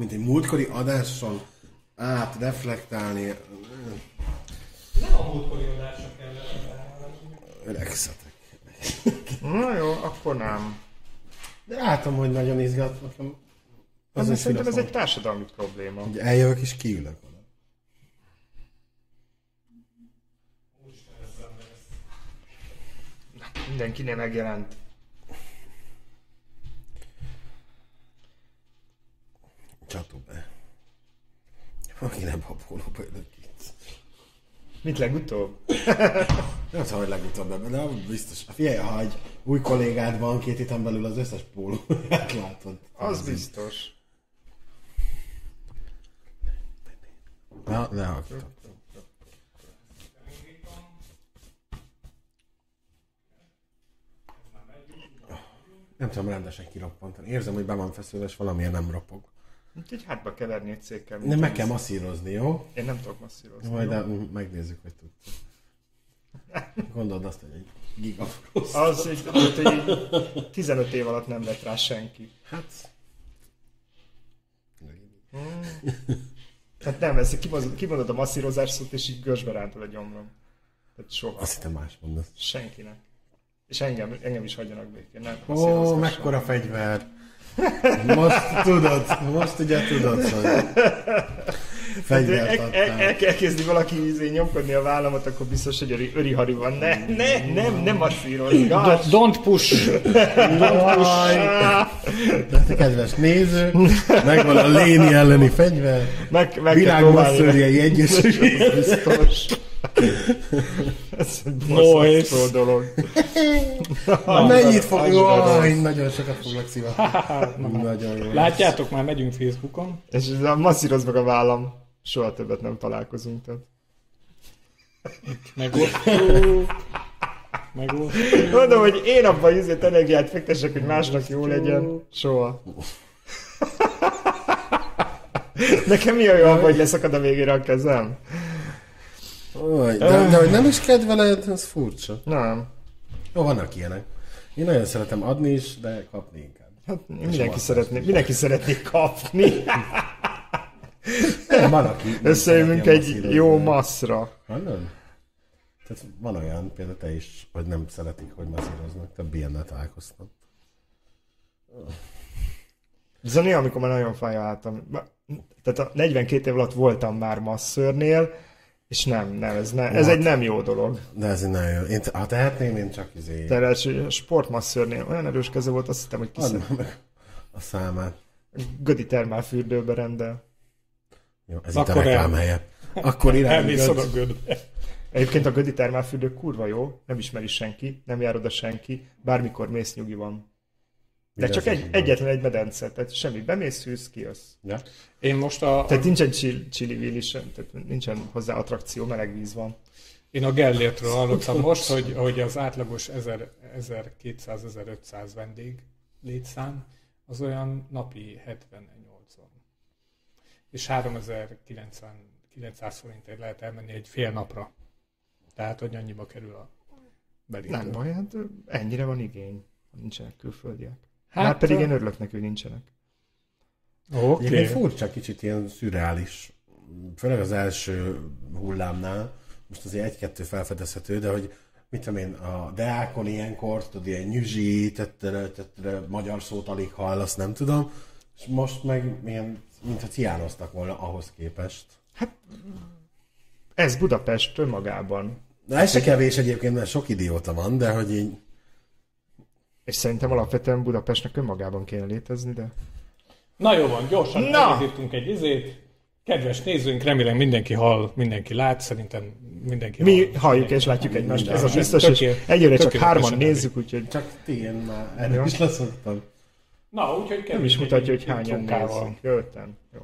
mint egy múltkori adáson átreflektálni. Nem a múltkori adásra kell Öregszetek. Na jó, akkor nem. De látom, hogy nagyon izgat nekem. Az szerintem ez egy társadalmi probléma. Ugye eljövök és kiülök oda. Mindenkinél megjelent. Csató be. Aki nem babólóba ülök itt. Mit legutóbb? Nem tudom, hogy legutóbb ebben, de biztos. Figyelj, ha egy új kollégád van 2 héten belül, az összes pólóját látod. Az biztos. Na, lehalkítok. Nem tudom rendesen kiroppantani. Érzem, hogy be van feszülve, és valamiért nem ropog. Úgyhogy hátba keverni egy székkel. Nem, meg kell masszírozni, jó? Én nem tudok masszírozni. Majd megnézzük, hogy tudsz. Gondold azt, hogy egy gigafrost. Az egy 15 év alatt nem lett rá senki. Hát... Hát nem, ezt kimondod a masszírozás szót, és így görsbe rántod a gyomrom. Tehát soha. Azt hittem más mondasz. Senkinek. És engem is hagyjanak békén. Nem Ó, mekkora fegyver. Most tudod, most ugye tudod, hogy fegyvert adtál. Elkezdi valaki nyomkodni a vállamat, akkor biztos, hogy öri-hari van. Nem masszírozgass. Don't push! Don't push! De te kedves néző, megvan a Léni elleni fegyver, világmasszőrjei egyesület. Biztos. Ez egy borzasztó dolog. Mennyit fog... Jaj, nagyon sokat foglak szívatni. Nagyon jó. Látjátok, már megyünk Facebookon. És masszíroz meg a vállam. Soha többet nem találkozunk. Tehát. Megosztjuk. Mondom, hogy én abban azért energiát fektessek, hogy másnak jó legyen. Soha. Nekem mi a jó abban, hogy leszakad a végére a kezem? De hogy nem is kedveled, ez furcsa. Nem. Jó, vannak ilyenek. Én nagyon szeretem adni is, de kapni inkább. Hát mindenki szeretné kapni. Van, aki Összejövünk egy jó masszra. Nem? Tehát van olyan, például te is, hogy nem szeretik, hogy masszíroznak. Több ilyennel találkoztam. Ez a néha, amikor már nagyon fáj a hátam. Tehát a 42 év alatt voltam már masszörnél, és ez egy nem jó dolog. De ez egy nagyon jó. Ha tehetném, én csak De a sportmasszörnél olyan erős keze volt, azt hittem, hogy kiszed. A számát. Gödi termálfürdőbe rendel. Jó, ez akkor itt a reklámhelye. Akkor elmész a Gödbe. Egyébként a Gödi termálfürdő kurva jó, nem ismeri senki, nem jár oda senki, bármikor mész, nyugi van. De csak egyetlen egy medence, tehát semmi, bemész, hűsz, kijössz. Ja. Én most Tehát nincsen chili sem, tehát nincsen hozzá attrakció, meleg víz van. Én a Gellértről hallottam most, hogy az átlagos 1200-1500 vendég létszám, az olyan napi 70-80. És 3900 forintért lehet elmenni egy fél napra. Tehát, hogy annyiba kerül a belépő. Nem baj, hát ennyire van igény, nincsenek külföldiek. Hát pedig én örülök neki, hogy nincsenek. Okay. Furcsa, kicsit ilyen szürreális, főleg az első hullámnál, most azért egy-kettő felfedezhető, de hogy mit tudom én, a Deákon ilyenkor, tudod, ilyen nyüzsi, tettere, magyar szót alig hallasz, nem tudom, és most meg ilyen, mintha ciánoztak volna ahhoz képest. Hát, ez Budapest önmagában. Na ez se kevés egyébként, mert sok idióta van, de hogy így... És szerintem alapvetően Budapestnek önmagában kéne létezni, de... Na jó van, gyorsan elindítunk egy izét. Kedves nézőink, remélem mindenki hall, mindenki lát, szerintem mindenki mi halljuk és látjuk egymást, ez a biztos, és egyre csak hárman nézzük, úgyhogy... Csak én már erről is leszoktam. Na, úgyhogy nem is mutatja, hogy hányan nézzük. Jöttem. Jó.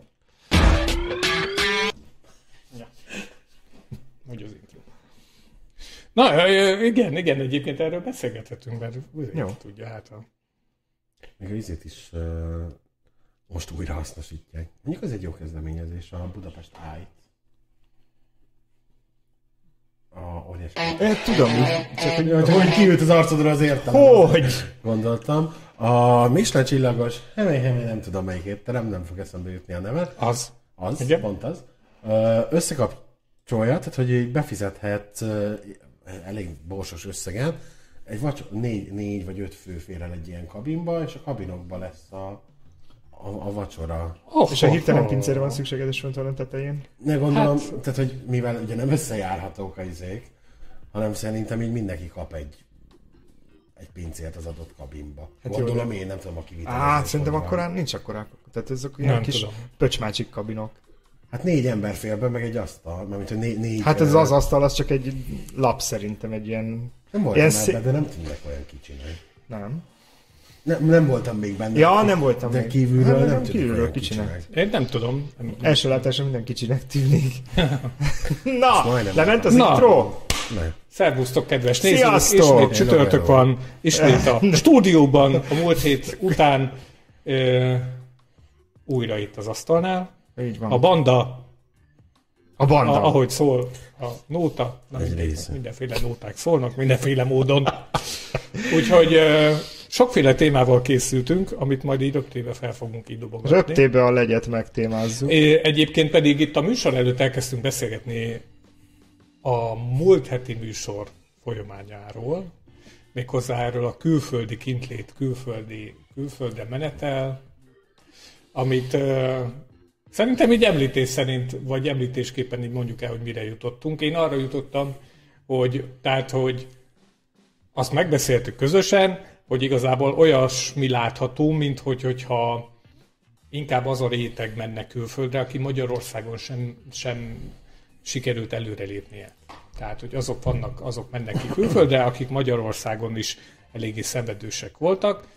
Ja. Hogy az intro. Na, igen, egyébként erről beszélgethetünk, mert jó. Tudja, hát a... Még a izét is most újra hasznosítják. Mondjuk az egy jó kezdeményezés, a Budapest Eye-t. óriási. Tudom, hogy kiült az arcodra az értelem. Hogy? Gondoltam. A Michelin csillagos, nem tudom melyik étterem, nem fog eszembe jutni a neve. Az, pont az. Összekapcsolja, tehát hogy így befizethet elég borsos összegen, egy négy vagy 5 fő fér el egy ilyen kabinba, és a kabinokban lesz a vacsora. És a hirtelen pincére van szükséged, és van tetején? Ne gondolom, tehát hogy mivel ugye nem összejárhatók a izék, hanem szerintem így mindenki kap egy pincért az adott kabinba. Hát gondolom én, nem tudom, aki vitál. Szerintem akkor nincs akkora. Tehát ezek ilyen kis pöcsmácsik kabinok. Hát 4 ember fél be, meg egy asztal. Mert, hogy 4, hát ez az asztal, az csak egy lap szerintem, egy ilyen... Nem voltam ebben, de nem tűnnek olyan kicsinek. Nem. Nem voltam még benne. Ja, nem voltam de még. Kívülről nem kívülről olyan kicsinek. Én nem tudom. Első látásra minden kicsinek tűnik. Na, lement az intro? Szervusztok, kedves nézők! Ismét csütörtök van, ismét a stúdióban, a múlt hét után újra itt az asztalnál. Így van. A banda. Ahogy szól a nóta, mindenféle nóták szólnak, mindenféle módon. Úgyhogy sokféle témával készültünk, amit majd így röptébe fel fogunk így dobogatni. Röptébe a legyet megtémázzuk. Egyébként pedig itt a műsor előtt elkezdtünk beszélgetni a múlt heti műsor folyamányáról, méghozzá erről a külföldi kintlét, külföldre menetel, amit szerintem így említés szerint, vagy említésképpen így mondjuk el, hogy mire jutottunk. Én arra jutottam, hogy azt megbeszéltük közösen, hogy igazából olyasmi látható, mint hogyha inkább az a réteg menne külföldre, aki Magyarországon sem sikerült előrelépnie. Tehát, hogy azok mennek ki külföldre, akik Magyarországon is eléggé szenvedősek voltak.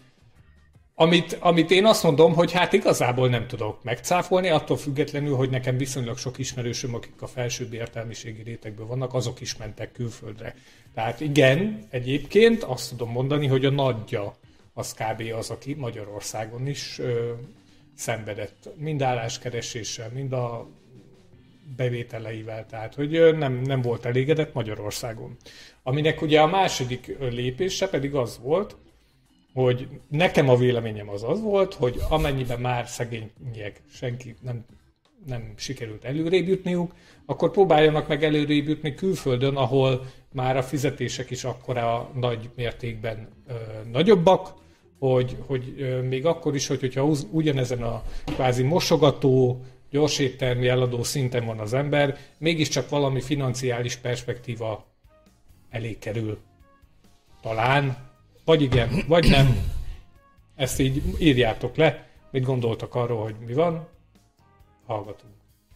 Amit én azt mondom, hogy hát igazából nem tudok megcáfolni, attól függetlenül, hogy nekem viszonylag sok ismerősöm, akik a felsőbb értelmiségi rétegből vannak, azok is mentek külföldre. Tehát igen, egyébként azt tudom mondani, hogy a nagyja az kb. Az, aki Magyarországon is szenvedett. Mind álláskereséssel, mind a bevételeivel, tehát hogy nem volt elégedett Magyarországon. Aminek ugye a második lépése pedig az volt, hogy nekem a véleményem az volt, hogy amennyiben már szegények senki nem sikerült előrébb jutniuk, akkor próbáljanak meg előrébb jutni külföldön, ahol már a fizetések is akkora nagy mértékben nagyobbak, hogy még akkor is, hogyha ugyanezen a kvázi mosogató, gyorséttermi eladó szinten van az ember, mégiscsak valami financiális perspektíva elé kerül. Talán, vagy igen, vagy nem. Ezt így írjátok le, mit gondoltak arról, hogy mi van. Hallgatunk.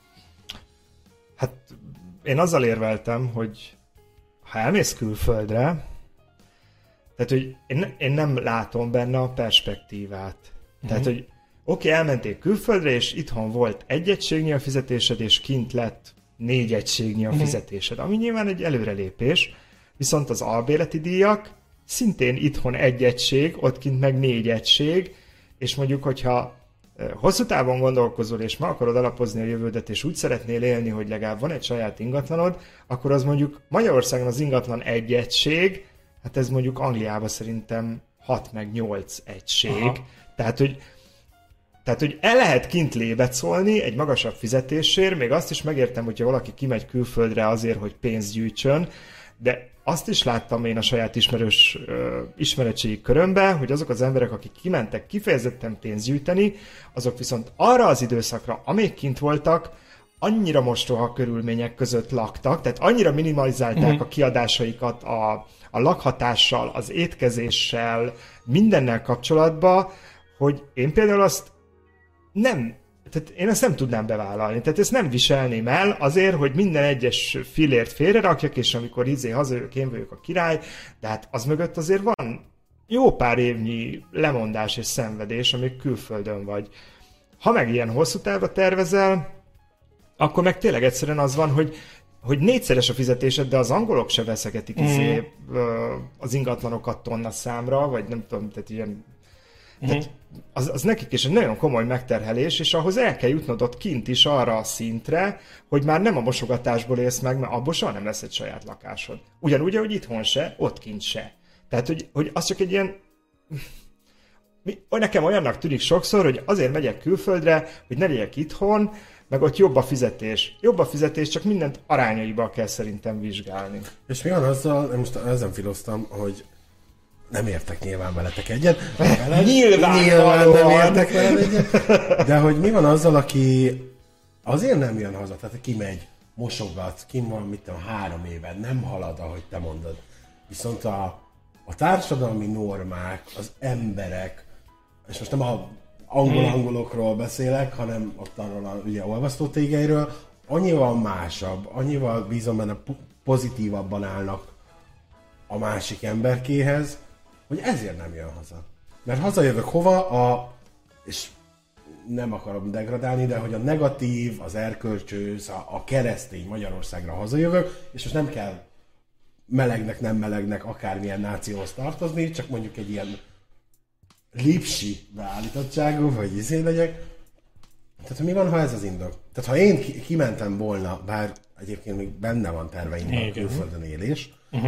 Hát én azzal érveltem, hogy ha elmész külföldre, tehát hogy én nem látom benne a perspektívát. Tehát, hogy oké, elmentél külföldre, és itthon volt 1 egységnyi a fizetésed, és kint lett 4 egységnyi a fizetésed, ami nyilván egy előrelépés, viszont az albérleti díjak szintén itthon 1 egység, ott kint meg 4 egység, és mondjuk, hogyha hosszú távon gondolkozol, és meg akarod alapozni a jövődet, és úgy szeretnél élni, hogy legalább van egy saját ingatlanod, akkor az mondjuk Magyarországon az ingatlan 1 egység, hát ez mondjuk Angliában szerintem 6 meg 8 egység. Aha. Tehát, hogy el lehet kint lébecolni egy magasabb fizetésért, még azt is megértem, hogyha valaki kimegy külföldre azért, hogy pénzt gyűjtsön, de azt is láttam én a saját ismeretségi körömben, hogy azok az emberek, akik kimentek kifejezetten pénzt gyűjteni, azok viszont arra az időszakra, amíg kint voltak, annyira mostoha körülmények között laktak, tehát annyira minimalizálták a kiadásaikat a lakhatással, az étkezéssel, mindennel kapcsolatban, hogy én például azt tehát én ezt nem tudnám bevállalni. Tehát ezt nem viselném el azért, hogy minden egyes fillért félrerakjak, és amikor hazajövök, én vagyok a király, de hát az mögött azért van jó pár évnyi lemondás és szenvedés, amíg külföldön vagy. Ha meg ilyen hosszú távra tervezel, akkor meg tényleg egyszerűen az van, hogy 4-szeres a fizetésed, de az angolok se veszegetik az ingatlanokat tonna számra, vagy nem tudom, tehát ilyen Az nekik is egy nagyon komoly megterhelés, és ahhoz el kell jutnod ott kint is arra a szintre, hogy már nem a mosogatásból élsz meg, mert abból soha nem lesz egy saját lakásod. Ugyanúgy, ahogy itthon se, ott kint se. Tehát, hogy az csak egy ilyen... Nekem olyannak tűnik sokszor, hogy azért megyek külföldre, hogy ne legyek itthon, meg ott jobb a fizetés. Jobb a fizetés, csak mindent arányaiba kell szerintem vizsgálni. És mi van azzal, most ezen filoztam, hogy nem értek nyilván veletek egyet. Nyilván nem értek velem egyet. De hogy mi van azzal, aki azért nem jön haza, tehát kimegy, mosogat, kim van, mit tudom, 3 éve, nem halad, ahogy te mondod. Viszont a társadalmi normák, az emberek, és most nem a angolokról beszélek, hanem ott arról a ugye, olvasztótégeiről, annyival másabb, annyival bízom benne pozitívabban állnak a másik emberkéhez, hogy ezért nem jön haza. Mert hazajövök hova, és nem akarom degradálni, de hogy a negatív, az erkölcsös, a keresztény Magyarországra hazajövök, és most nem kell melegnek, nem melegnek, akármilyen nációhoz tartozni, csak mondjuk egy ilyen lipsi beállítottságú, vagy izé legyek. Tehát mi van, ha ez az indok? Tehát ha én kimentem volna, bár egyébként még benne van terveimben a külföldön élés,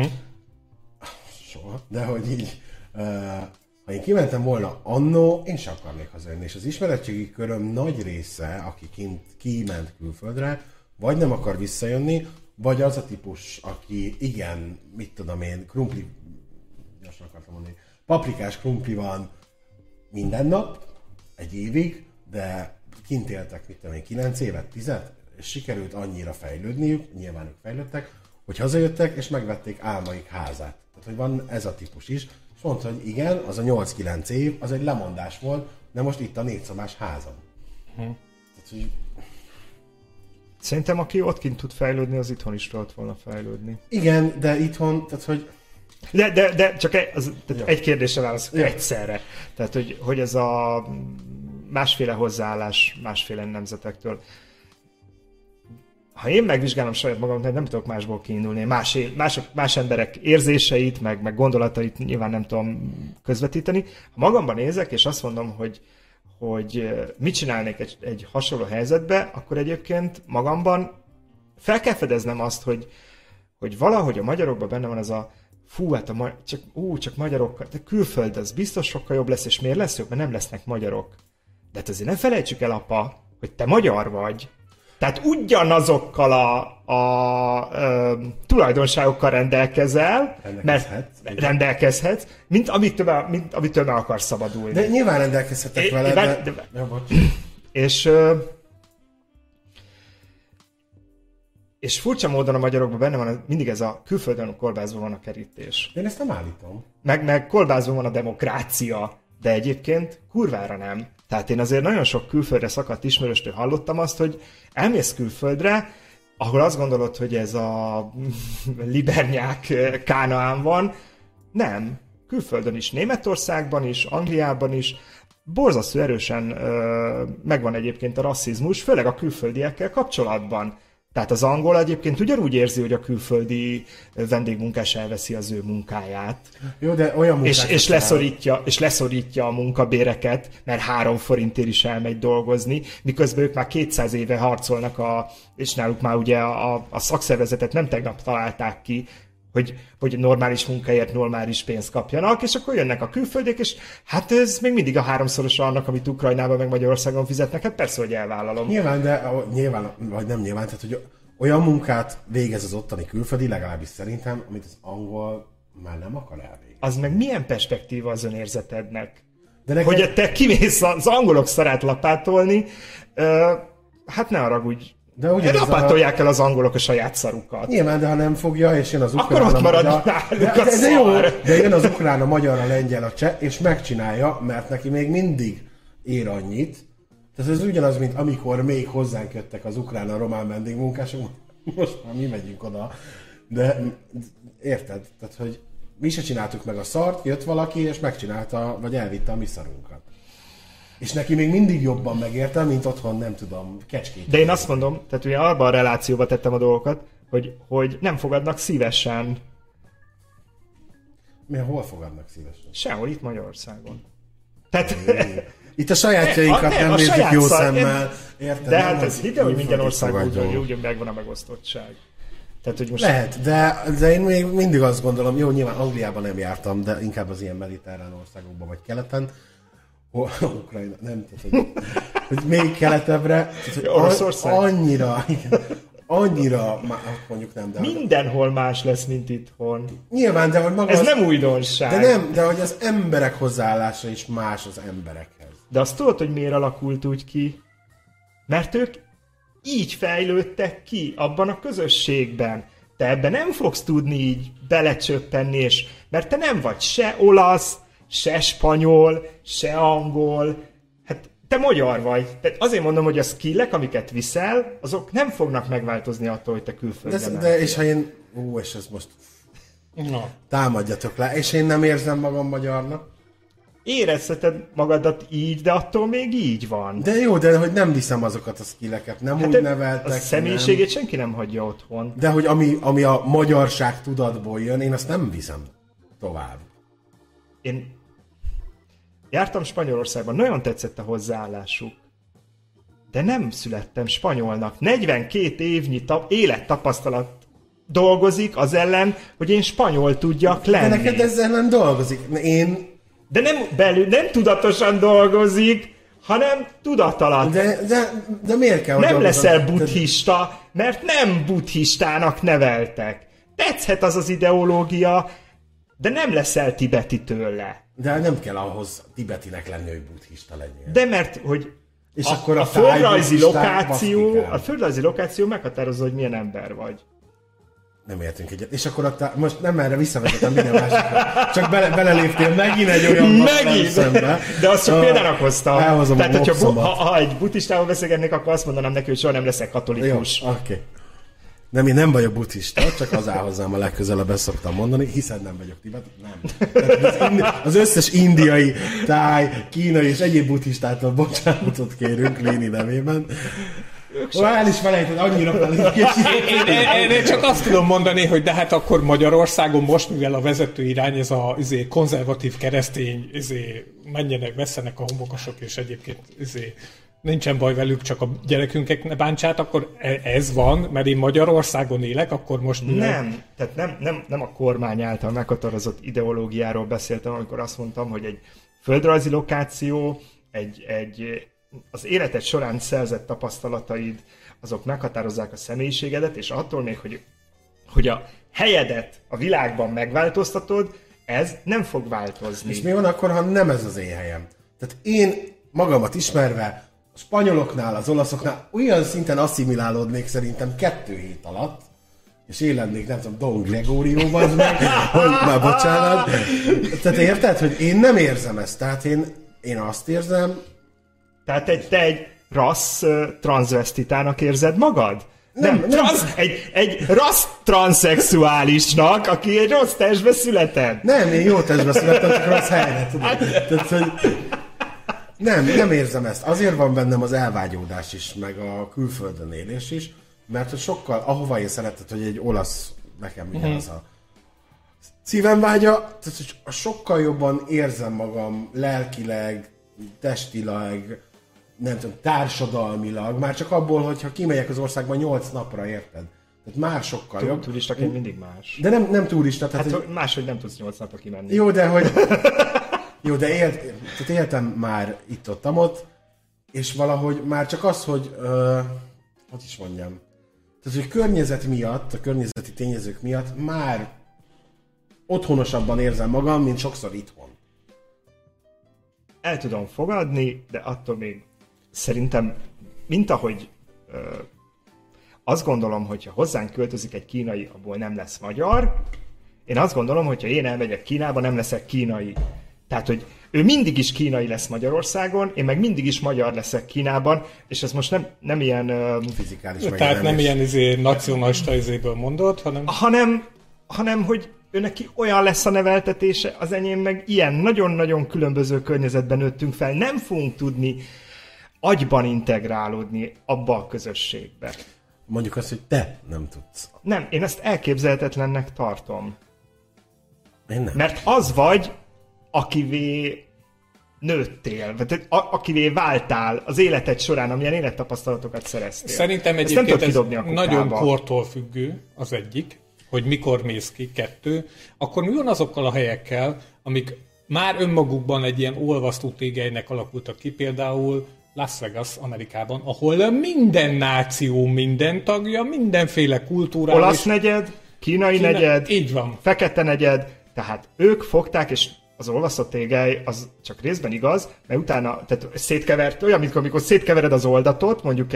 soha, de hogy így, ha én kimentem volna annó, én sem akarnék hazajönni, és az ismeretségi köröm nagy része, aki kiment külföldre, vagy nem akar visszajönni, vagy az a típus, aki igen, mit tudom én, krumpli, gyorsan akartam mondani, paprikás krumpli van minden nap, egy évig, de kint éltek, mit tudom én, 9 évet, 10, és sikerült annyira fejlődniük, nyilván ők fejlődtek, hogy hazajöttek, és megvették álmaik házát. Tehát, hogy van ez a típus is, és mondta, hogy igen, az a 8-9 év, az egy lemondás volt, de most itt a 4 szobás házam. Tehát, hogy... Szerintem, aki ott kint tud fejlődni, az itthon is tudott volna fejlődni. Igen, de itthon, tehát, hogy... De csak egy kérdésre válaszolok egyszerre. Tehát, hogy ez a másféle hozzáállás másféle nemzetektől. Ha én megvizsgálom saját magam, nem tudok másból kiindulni. Más emberek érzéseit, meg gondolatait nyilván nem tudom közvetíteni. Ha magamban nézek, és azt mondom, hogy mit csinálnék egy hasonló helyzetbe, akkor egyébként magamban fel kell fedeznem azt, hogy valahogy a magyarokban benne van ez a hát csak magyarok, de külföld az biztos sokkal jobb lesz, és miért lesz jobb? Mert nem lesznek magyarok. De hát azért nem felejtsük el, apa, hogy te magyar vagy. Tehát ugyanazokkal a tulajdonságokkal rendelkezhetsz, mint amitől meg akarsz szabadulni. De nyilván rendelkezhetek vele, És furcsa módon a magyarokban benne van mindig ez a külföldön kolbászban van a kerítés. Én ezt nem állítom. Meg kolbászban van a demokrácia, de egyébként kurvára nem. Tehát én azért nagyon sok külföldre szakadt ismerőstől hallottam azt, hogy elmész külföldre, ahol azt gondolod, hogy ez a libernyák Kánaán van. Nem. Külföldön is, Németországban is, Angliában is borzasztó erősen megvan egyébként a rasszizmus, főleg a külföldiekkel kapcsolatban. Tehát az angol egyébként ugyanúgy érzi, hogy a külföldi vendégmunkás elveszi az ő munkáját. Jó, de olyan és leszorítja a munkabéreket, mert 3 forintért is elmegy dolgozni, miközben ők már 200 éve harcolnak, és náluk már ugye a szakszervezetet nem tegnap találták ki, hogy normális munkáért normális pénzt kapjanak, és akkor jönnek a külföldiek, és hát ez még mindig a 3-szorosa annak, amit Ukrajnában meg Magyarországon fizetnek, hát persze, hogy elvállalom. Nyilván, vagy nem nyilván, tehát hogy olyan munkát végez az ottani külföldi, legalábbis szerintem, amit az angol már nem akar elvégezni. Az meg milyen perspektíva az önérzetednek? Hogy te kimész az angolok szarát lapátolni, hát ne haragudj. De lapátolják el az angolok a saját szarukat. Nyilván, de ha nem fogja, és jön az ukrán, akkor ott marad náluk de jön az ukrán, a magyar, a lengyel, a cseh, és megcsinálja, mert neki még mindig ér annyit. Tehát ez ugyanaz, mint amikor még hozzánk jöttek az ukrán, a román vendégmunkások, most már mi megyünk oda. De érted? Tehát, hogy mi se csináltuk meg a szart, jött valaki, és megcsinálta, vagy elvitte a mi szarunkat. És neki még mindig jobban megérte, mint otthon, nem tudom, kecskét. De én azt mondom, tehát ugye abban a relációba tettem a dolgokat, hogy nem fogadnak szívesen. Hol fogadnak szívesen? Sehol, itt Magyarországon. Tehát... Itt a sajátjainkat nem nézzük jó szemmel. Érted? De hát ez hidd el, hogy minden országban úgy megvan a megosztottság. Tehát, hogy most... Lehet, de én még mindig azt gondolom, jó, nyilván Angliában nem jártam, de inkább az ilyen mediterrán országokban vagy keleten. Ukrajna, nem tudom, hogy még keletebbre. Annyira, mondjuk nem, de... Mindenhol más lesz, mint itthon. Nyilván, de hogy maga... Ez nem újdonság. De hogy az emberek hozzáállása is más az emberekhez. De azt tudod, hogy miért alakult úgy ki? Mert ők így fejlődtek ki abban a közösségben. Te ebben nem fogsz tudni így belecsöppenni, mert te nem vagy se olasz, se spanyol, se angol, hát te magyar vagy. Tehát azért mondom, hogy a skillek, amiket viszel, azok nem fognak megváltozni attól, hogy te külföldön. De és ha én... és ez most... Támadjatok le, és én nem érzem magam magyarnak. Érezheted magadat így, de attól még így van. De jó, de hogy nem viszem azokat a skilleket, nem úgy neveltek. A személyiségét senki nem hagyja otthon. De hogy ami a magyarság tudatból jön, én azt nem viszem tovább. Én jártam Spanyolországban, nagyon tetszett a hozzáállásuk. De nem születtem spanyolnak. 42 évnyi élettapasztalat dolgozik az ellen, hogy én spanyol tudjak lenni. De neked ezzel nem dolgozik. De nem tudatosan dolgozik, hanem tudatalatt. De miért kell, hogy nem leszel buddhista, mert nem buddhistának neveltek. Tetszhet az az ideológia, de nem leszel tibeti tőle. De nem kell ahhoz tibetinek lenni, hogy buddhista legyél. De mert, hogy és akkor a földrajzi lokáció meghatározza, hogy milyen ember vagy. Nem értünk egyet. És akkor most nem erre visszavezetem minden másikra. Csak beleléptél megint egy olyan szembe. De azt csak példának hoztam. Elhozom. Tehát, ha egy buddhistával beszélgetnék, akkor azt mondanám neki, hogy soha nem leszek katolikus. Jó, oké. Nem, én nem vagyok buddhista, csak az áll hozzám a legközelebb, ezt szoktam mondani, hiszen nem vagyok tibeti. Nem. Az összes indiai, táj, kínai és egyéb buddhistától bocsánatot kérünk Léni nevében. El is felejted, annyira én csak azt tudom mondani, hogy de hát akkor Magyarországon most, mivel a vezető irány, ez a konzervatív keresztény, menjenek, vesszenek a homokosok, és egyébként nincsen baj velük, csak a gyerekünket ne bántsát, akkor ez van, mert én Magyarországon élek, akkor most... Nem, tehát nem a kormány által meghatározott ideológiáról beszéltem, amikor azt mondtam, hogy egy földrajzi lokáció, az életed során szerzett tapasztalataid, azok meghatározzák a személyiségedet, és attól még, hogy a helyedet a világban megváltoztatod, ez nem fog változni. És mi van akkor, ha nem ez az én helyem? Tehát én magamat ismerve a spanyoloknál, az olaszoknál olyan szinten asszimilálódnék szerintem 2 hét alatt, és én lennék, nem tudom, Don Gregorio-ban meg, hogy már bocsánat. Tehát érted, hogy én nem érzem ezt, tehát én azt érzem. Tehát te egy rassz transzvestitának érzed magad? Nem. Egy rassz transzexuálisnak, aki egy rossz testbe született. Nem, én jó testbe születtem, csak rossz helyre, tudod. Tehát, hogy nem érzem ezt. Azért van bennem az elvágyódás is, meg a külföldön élés is, mert hogy sokkal, ahova én szeretett, hogy egy olasz, nekem ugyanaz a szívem vágya, tehát hogy sokkal jobban érzem magam lelkileg, testileg, nem tudom, társadalmilag, már csak abból, hogyha kimegyek az országban 8 napra, érted? Tehát már sokkal jobb. Turistaként mindig más. De nem turista. Tehát, hát máshogy nem tudsz 8 napra kimenni. Jó, de hogy... tehát éltem már itt-ott, és valahogy már csak az, hogy... hogy is mondjam? Tehát, hogy környezet miatt, a környezeti tényezők miatt már otthonosabban érzem magam, mint sokszor itthon. El tudom fogadni, de attól még szerintem, mint ahogy azt gondolom, hogyha hozzánk költözik egy kínai, abból nem lesz magyar, én azt gondolom, hogyha én elmegyek Kínába, nem leszek kínai. Tehát, hogy ő mindig is kínai lesz Magyarországon, én meg mindig is magyar leszek Kínában, és ez most nem ilyen... fizikális tehát nem ilyen nacionalista izéből mondod, hanem hogy ő neki olyan lesz a neveltetése, az enyém meg ilyen. Nagyon-nagyon különböző környezetben nőttünk fel. Nem fogunk tudni agyban integrálódni abba a közösségbe. Mondjuk azt, hogy te nem tudsz. Nem, én ezt elképzelhetetlennek tartom. Én nem. Mert az vagy, akivé nőttél, vagy akivé váltál az életed során, amilyen élettapasztalatokat szereztél. Szerintem egyébként ez nagyon kortól függő az egyik, hogy mikor mész ki, 2. Akkor mi van azokkal a helyekkel, amik már önmagukban egy ilyen olvasztó tégelynek alakultak ki, például Las Vegas, Amerikában, ahol minden náció, minden tagja, mindenféle kultúrális... Olasz negyed, kínai negyed, így van. fekete negyed, tehát ők fogták, és az olvasztott tégely az csak részben igaz, mert utána, tehát szétkevert, olyan, mint amikor szétkevered az oldatot, mondjuk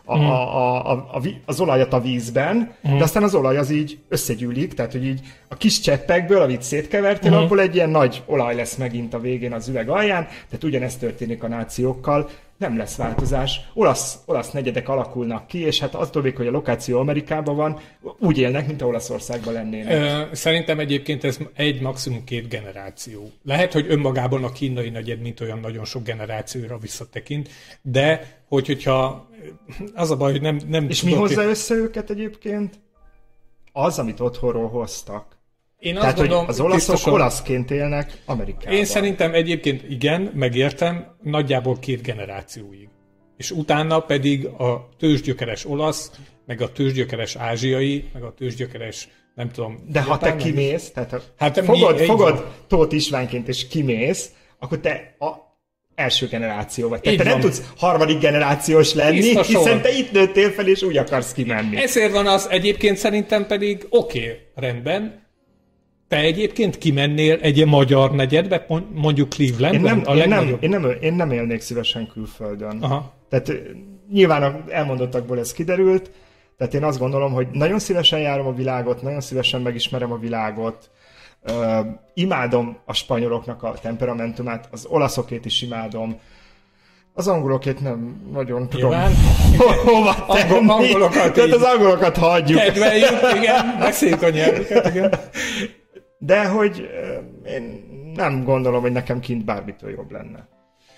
az olajat a vízben, de aztán az olaj az így összegyűlik, tehát hogy így a kis cseppekből, amit szétkevertél, abból egy ilyen nagy olaj lesz megint a végén az üveg alján, tehát ugyanezt történik a nációkkal, nem lesz változás. Olasz negyedek alakulnak ki, és hát attól még, hogy a lokáció Amerikában van, úgy élnek, mint a Olaszországban lennének. Szerintem egyébként ez maximum 2 generáció. Lehet, hogy önmagában a kínai negyed, mint olyan nagyon sok generációra visszatekint, de hogyha az a baj, hogy nem és mi hozza össze őket egyébként? Az, amit otthonról hoztak. Én azt gondolom, hogy az olaszok olaszként élnek Amerikában. Én szerintem egyébként igen, megértem, nagyjából 2 generációig. És utána pedig a tőzsgyökeres olasz, meg a tőzsgyökeres ázsiai, meg a tőzsgyökeres, nem tudom... De ha te kimész, tehát hát fogod Tóth Istvánként és kimész, akkor te a első generáció vagy. Tehát te nem tudsz 3. generációs lenni, hiszen te itt nőttél fel, és úgy akarsz kimenni. Ezért van az, egyébként szerintem pedig oké, rendben. Te egyébként kimennél egy magyar negyedbe, mondjuk Clevelandben? Én nem élnék szívesen külföldön. Aha. Tehát nyilván a elmondottakból ez kiderült, tehát én azt gondolom, hogy nagyon szívesen járom a világot, nagyon szívesen megismerem a világot, imádom a spanyoloknak a temperamentumát, az olaszokét is imádom, az angolokét nem nagyon tudom hova tenni. Tehát az angolokat hagyjuk. Kedveljük, igen, beszéljük a nyelvüket, igen. De hogy én nem gondolom, hogy nekem kint bármitől jobb lenne.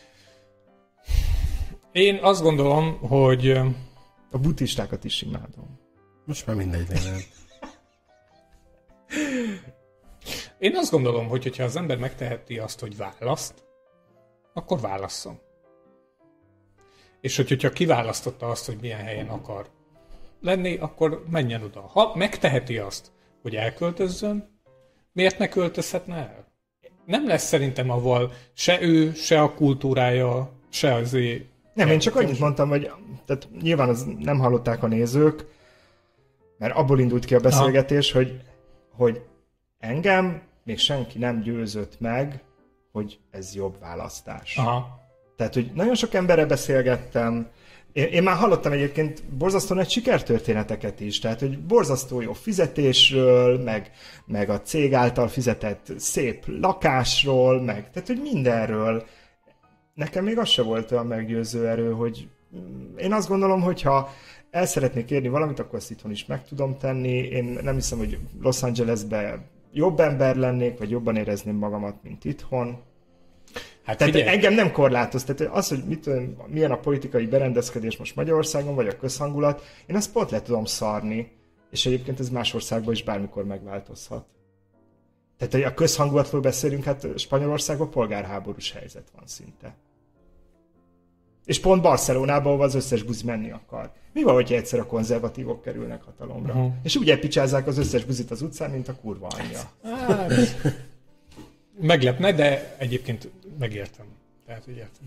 Én azt gondolom, hogy... A buddhistákat is imádom. Most már mindegy lenne. Én azt gondolom, hogy hogyha az ember megteheti azt, hogy választ, akkor válasszon. És hogyha kiválasztotta azt, hogy milyen helyen akar lenni, akkor menjen oda. Ha megteheti azt, hogy elköltözzön, miért ne költözhetne el? Nem lesz szerintem avval se ő, se a kultúrája, se azért... Nem, én csak annyit mondtam, hogy tehát nyilván az nem hallották a nézők, mert abból indult ki a beszélgetés, hogy engem még senki nem győzött meg, hogy ez jobb választás. Aha. Tehát, hogy nagyon sok emberrel beszélgettem, én már hallottam borzasztó nagy sikertörténeteket is, tehát, hogy borzasztó jó fizetésről, meg a cég által fizetett szép lakásról, tehát, hogy mindenről. Nekem még az se volt olyan meggyőző erő, hogy én azt gondolom, hogy ha el szeretnék érni valamit, akkor ezt itthon is meg tudom tenni. Én nem hiszem, hogy Los Angelesben jobb ember lennék, vagy jobban érezném magamat, mint itthon. Hát tehát engem nem korlátoz. Tehát az, hogy milyen a politikai berendezkedés most Magyarországon, vagy a közhangulat, én ezt pont le tudom szarni, és egyébként ez más országban is bármikor megváltozhat. Tehát, hogy a közhangulatról beszélünk, hát Spanyolországban polgárháborús helyzet van szinte. És pont Barcelonában, ahol az összes buzi menni akar. Mi van, hogyha egyszer a konzervatívok kerülnek hatalomra? Uh-huh. És úgy elpicsázzák az összes buzit az utcán, mint a kurva anyja. Hát, meglepne, de egyébként megértem. Tehát, hogy értem.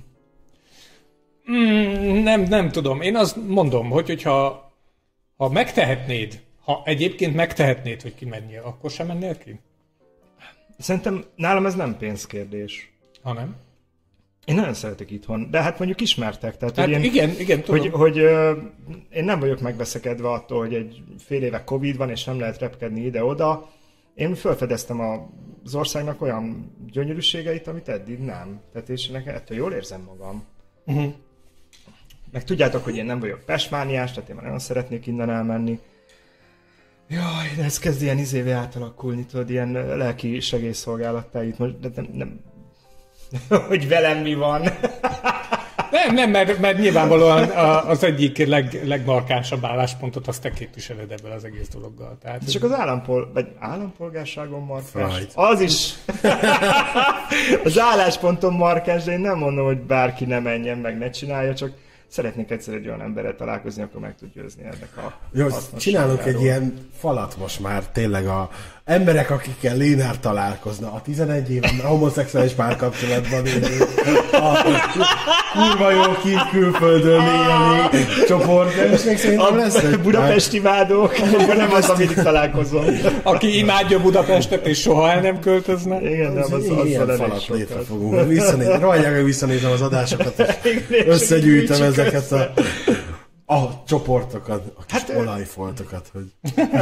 Nem tudom. Én azt mondom, hogyha megtehetnéd, ha egyébként megtehetnéd, hogy kimenjél, akkor sem mennél ki? Szerintem nálam ez nem pénzkérdés. Ha nem? Én nagyon szeretek itthon, de hát mondjuk ismertek. Tehát, hát hogy igen, tudom. Hogy én nem vagyok megveszekedve attól, hogy egy fél éve Covid van, és nem lehet repkedni ide-oda. Én felfedeztem az országnak olyan gyönyörűségeit, amit eddig nem. Tehát és nekem ettől jól érzem magam. Uh-huh. Meg tudjátok, hogy én nem vagyok pestmániás, tehát én már nagyon szeretnék innen elmenni. Jaj, de ez kezd ilyen izévé átalakulni, tudod, ilyen lelki segélyszolgálattá itt most, de nem hogy velem mi van. Nem, mert nyilvánvalóan az egyik legmarkánsabb álláspontot azt te képviseled ebből az egész dologgal. Tehát... Csak az állampolgárságon markáns. Right. Az is. Az állásponton markáns, de én nem mondom, hogy bárki ne menjen, meg ne csinálja, csak szeretnék egyszer egy olyan emberrel találkozni, akkor meg tud győzni ennek a jó, csinálunk egy ilyen falat most már, tényleg a emberek, akikkel Lénár találkozna, a 11 éven a homoszexuális párkapcsolatban élő, a kurva jó külföldön élni csoport, és még szerintem lesz egy budapesti imádók, akkor nem az, amit találkozom. Aki imádja Budapestet, és soha el nem költözne. Igen, nem az ilyen falat létre fogunk. Rohagyják, visszanézem az adásokat, és összegyűjtöm ezeket a csoportokat, a kis olajfoltokat, hogy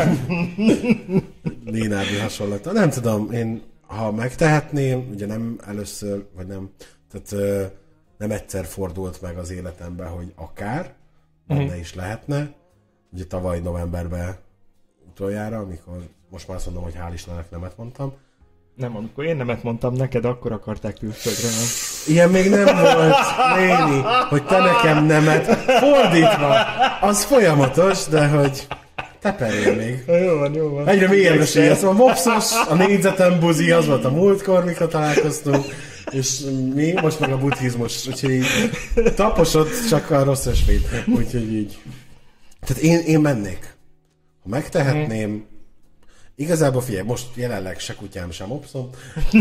Lénárdi hasonlata. Nem tudom, én ha megtehetném, ugye nem először, vagy nem, tehát nem egyszer fordult meg az életemben, hogy akár, benne is lehetne. Ugye tavaly novemberben utoljára, amikor most már azt mondom, hogy hál' Istennek nemet mondtam. Nem, amikor én nemet mondtam neked, akkor akarták külföldre, nem? Ilyen még nem volt, Léni, hogy te nekem nemet. Fordítva, az folyamatos, de hogy teperjél még. Jó van. Egyre mélyebbre süllyedsz. A mopszos, a négyzetem buzi, az volt a múltkor, mikor találkoztunk, és mi, most meg a buddhizmus, úgyhogy így taposott csak a rossz esményt. Úgyhogy így. Tehát én mennék. Ha megtehetném, igazából figyelj, most jelenleg se kutyám, sem mopszom.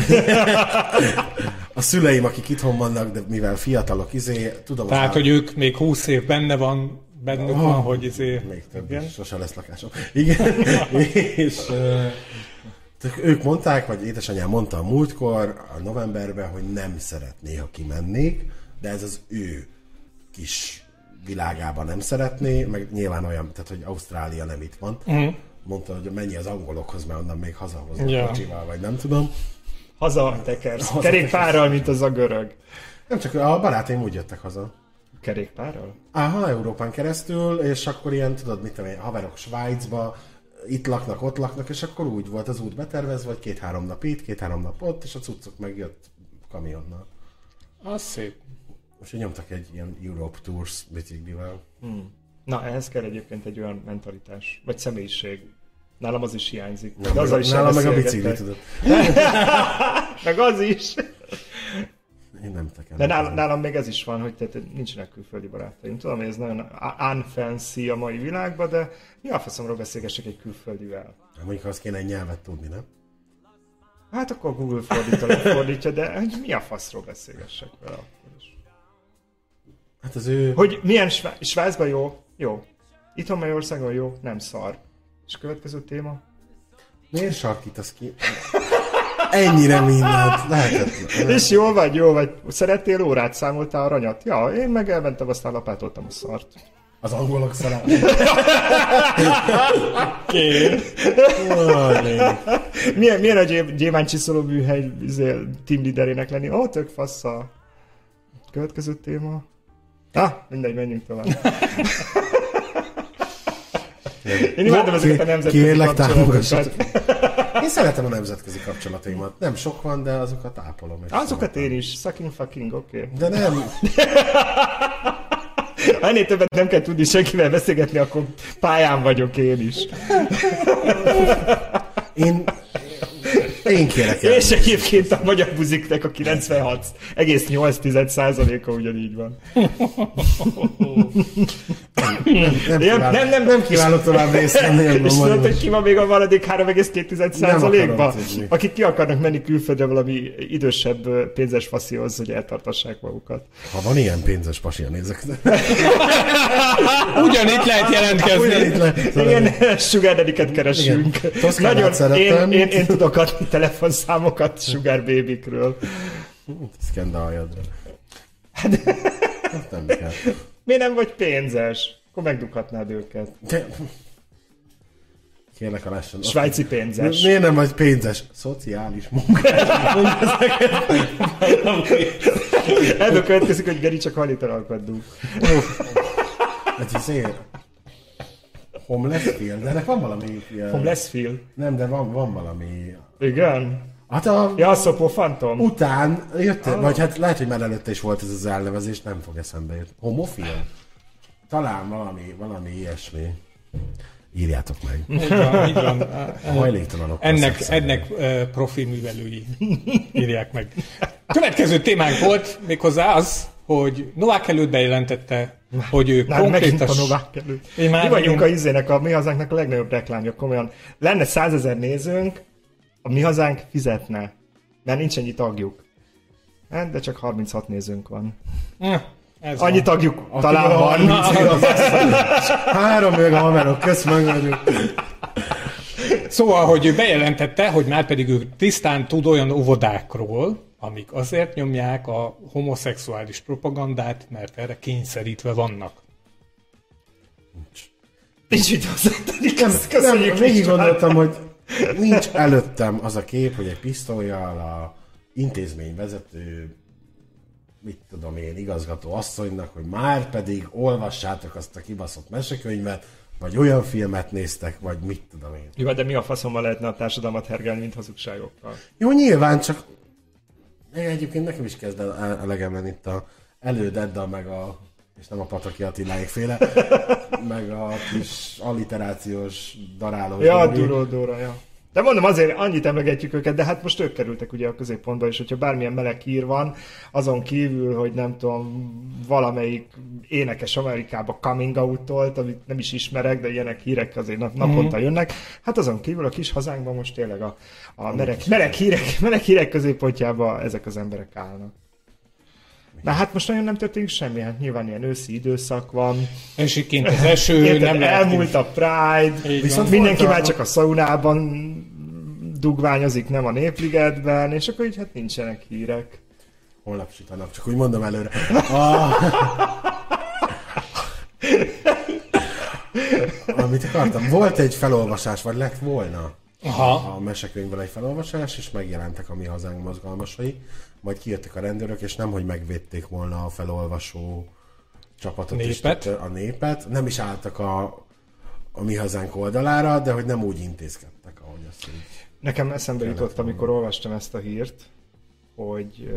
A szüleim, akik itthon vannak, de mivel fiatalok, tudom... Tehát, hogy ők még 20 év bennük van, hogy még több, igen? Sose lesz lakásom. Igen, és ők mondták, vagy édesanyám mondta a múltkor, a novemberben, hogy nem szeretné, ha kimennék, de ez az ő kis világában nem szeretné, meg nyilván olyan, tehát, hogy Ausztrália nem itt van. Mondta, hogy mennyi az angolokhoz, mert onnan még hazahoznak kocsival, vagy nem tudom. Haza tekersz. Kerékpárral, mint az a görög. Nem csak a barátaim úgy jöttek haza. Kerékpárral? Európán keresztül, és akkor ilyen, tudod, mit tudom én, haverok Svájcba, itt laknak, ott laknak, és akkor úgy volt az út betervezve, hogy 2-3 nap itt, 2-3 nap ott, és a cuccok megjött kamionnal. Az szép. És nyomtak egy ilyen Europe Tours biciklivel. Na, ehhez kell egyébként egy olyan mentalitás, vagy személyiség. Nálam az is hiányzik. Nálam meg a bicikli, tudod. Meg az is. Én nem tekem. De nálam még ez is van, hogy tehát nincsenek külföldi barátaim. Tudom, hogy ez nagyon unfancy a mai világban, de mi a faszomról beszélgessek egy külföldivel? Mondjuk azt kéne egy nyelvet tudni, nem? Hát akkor Google fordítja, de hogy mi a faszról beszélgessek vele akkor is? Hát az ő... Hogy milyen Svájcban jó. Itthon Magyarországon jó, nem szar. És következő téma? Miért sarkítasz ki? Ennyire mindent. Lehetetlen. És jó vagy. Szerettél órát, számoltál aranyat? Ja, én meg elmentem, aztán lapátoltam a szart. Az angolok szalát. Milyen a gyémántcsiszoló műhely team leaderének lenni? Tök fassza. Következő téma? Mindegy, menjünk tovább. Én imádom ezeket a nemzetközi kapcsolatokat. Én szeretem a nemzetközi kapcsolataimat. Nem sok van, de azokat ápolom. Azokat én is. Sucking fucking, oké. De nem. Ha ennél többet nem kell tudni senkivel beszélgetni, akkor pályán vagyok én is. Én kérek el. És egyébként a magyar buziknek a 96,8%-a ugyanígy van. Nem kívánok tovább részt venni. És tudod, hogy ki van még a maradék 3,2%-ba? Akik ki akarnak menni külföldre valami idősebb pénzes faszihoz, hogy eltartassák magukat. Ha van ilyen pénzes pasi, nézek. Ugyanitt lehet jelentkezni. Igen, sugar daddy-ket keresünk. Nagyon, én tudok adni telefonszámokat sugar babykről. Szkend a hajadra. Nem kell. Miért nem vagy pénzes? Akkor megdughatnád őket. Kérlek a lassan. Svájci pénzes. Miért nem vagy pénzes? Szociális munkás. Ebből következik, hogy Geri csak halitalanokat dug. Ez azért. Homeless feel? De ennek van valami... Homeless feel? Nem, de van valami... Igen? Hát a Szopó Fantom. Után jött, vagy hát lehet, hogy már előtte is volt ez az elnevezés, nem fog eszembe jutni. Homofil? Talán valami ilyesmi. Írjátok meg. Így van. Hajléktalanok. Ennek profi művelői írják meg. Következő témánk volt méghozzá az, hogy Novák előtt bejelentette, hogy ő konkrétan... a Novák előtt. Mi vagyunk a Mi Hazánknak a legnagyobb reklámja, komolyan. Lenne 100 000 nézőnk, a Mi Hazánk fizetne, mert nincs ennyi tagjuk. De csak 36 nézőnk van. Annyi tagjuk talán van. 3 meg haverok, köszönöm. Szóval, hogy ő bejelentette, hogy már pedig ő tisztán tud olyan óvodákról, amik azért nyomják a homoszexuális propagandát, mert erre kényszerítve vannak. Nincs mit hozzátenni, köszönjük. Végig gondoltam, hogy nincs előttem az a kép, hogy egy pisztollyal a intézményvezető, mit tudom én, igazgató asszonynak, hogy már pedig olvassátok azt a kibaszott mesekönyvet, vagy olyan filmet néztek, vagy mit tudom én. Jó, de mi a faszommal lehetne a társadalmat hergelni, mint hazugságokkal? Jó, nyilván, csak egyébként nekem is kezd elegem lenni itt a elődeddal, meg és nem a Pataki Attiláék féle, meg a kis alliterációs darálós. Ja, Duródóra, ja. De mondom, azért annyit emlegetjük őket, de hát most ők kerültek ugye a középpontba, és hogyha bármilyen meleg hír van, azon kívül, hogy nem tudom, valamelyik énekes Amerikába coming out-olt, amit nem is ismerek, de ilyenek hírek azért naponta jönnek, hát azon kívül a kis hazánkban most tényleg a meleg hírek középpontjába ezek az emberek állnak. De hát most nagyon nem történik semmi, hát nyilván ilyen őszi időszak van. Esik az eső, nem elmúlt a Pride, viszont mindenki már csak a szaunában dugványozik, nem a Népligetben, és akkor így hát nincsenek hírek. Holnap süt a nap, csak úgy mondom előre. Amit akartam, volt egy felolvasás, vagy lett volna a mesekönyvből egy felolvasás, és megjelentek a Mi Hazánk mozgalmasai, majd kijöttek a rendőrök, és nemhogy megvédték volna a felolvasó csapatot, a népet. Nem is álltak a Mi Hazánk oldalára, de hogy nem úgy intézkedtek, ahogy azt így. Nekem eszembe jutott, amikor olvastam ezt a hírt, hogy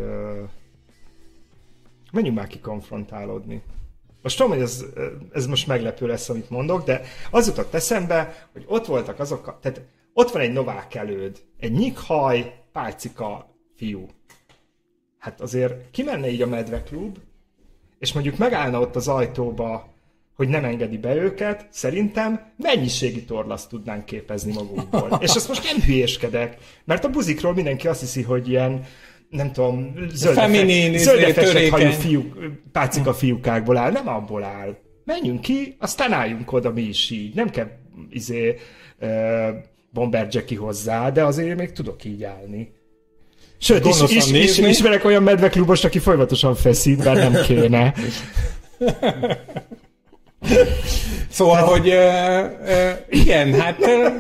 menjünk már ki konfrontálódni. Most tudom, hogy ez most meglepő lesz, amit mondok, de az jutott eszembe, hogy ott voltak azok, tehát ott van egy Novák előd, egy nyikhaj, pálcika fiú. Hát azért kimenne így a medveklub, és mondjuk megállna ott az ajtóba, hogy nem engedi be őket, szerintem mennyiségi torlaszt tudnánk képezni magunkból. És azt most nem hülyéskedek, mert a buzikról mindenki azt hiszi, hogy ilyen, nem tudom, zölde festett hajú fiúk, pácika fiúkákból áll, nem abból áll. Menjünk ki, aztán álljunk oda mi is így. Nem kell Bomber Jackie hozzá, de azért még tudok így állni. Sőt, ismerek olyan medveklubost, aki folyamatosan feszít, bár nem kéne. Szóval, hogy igen, hát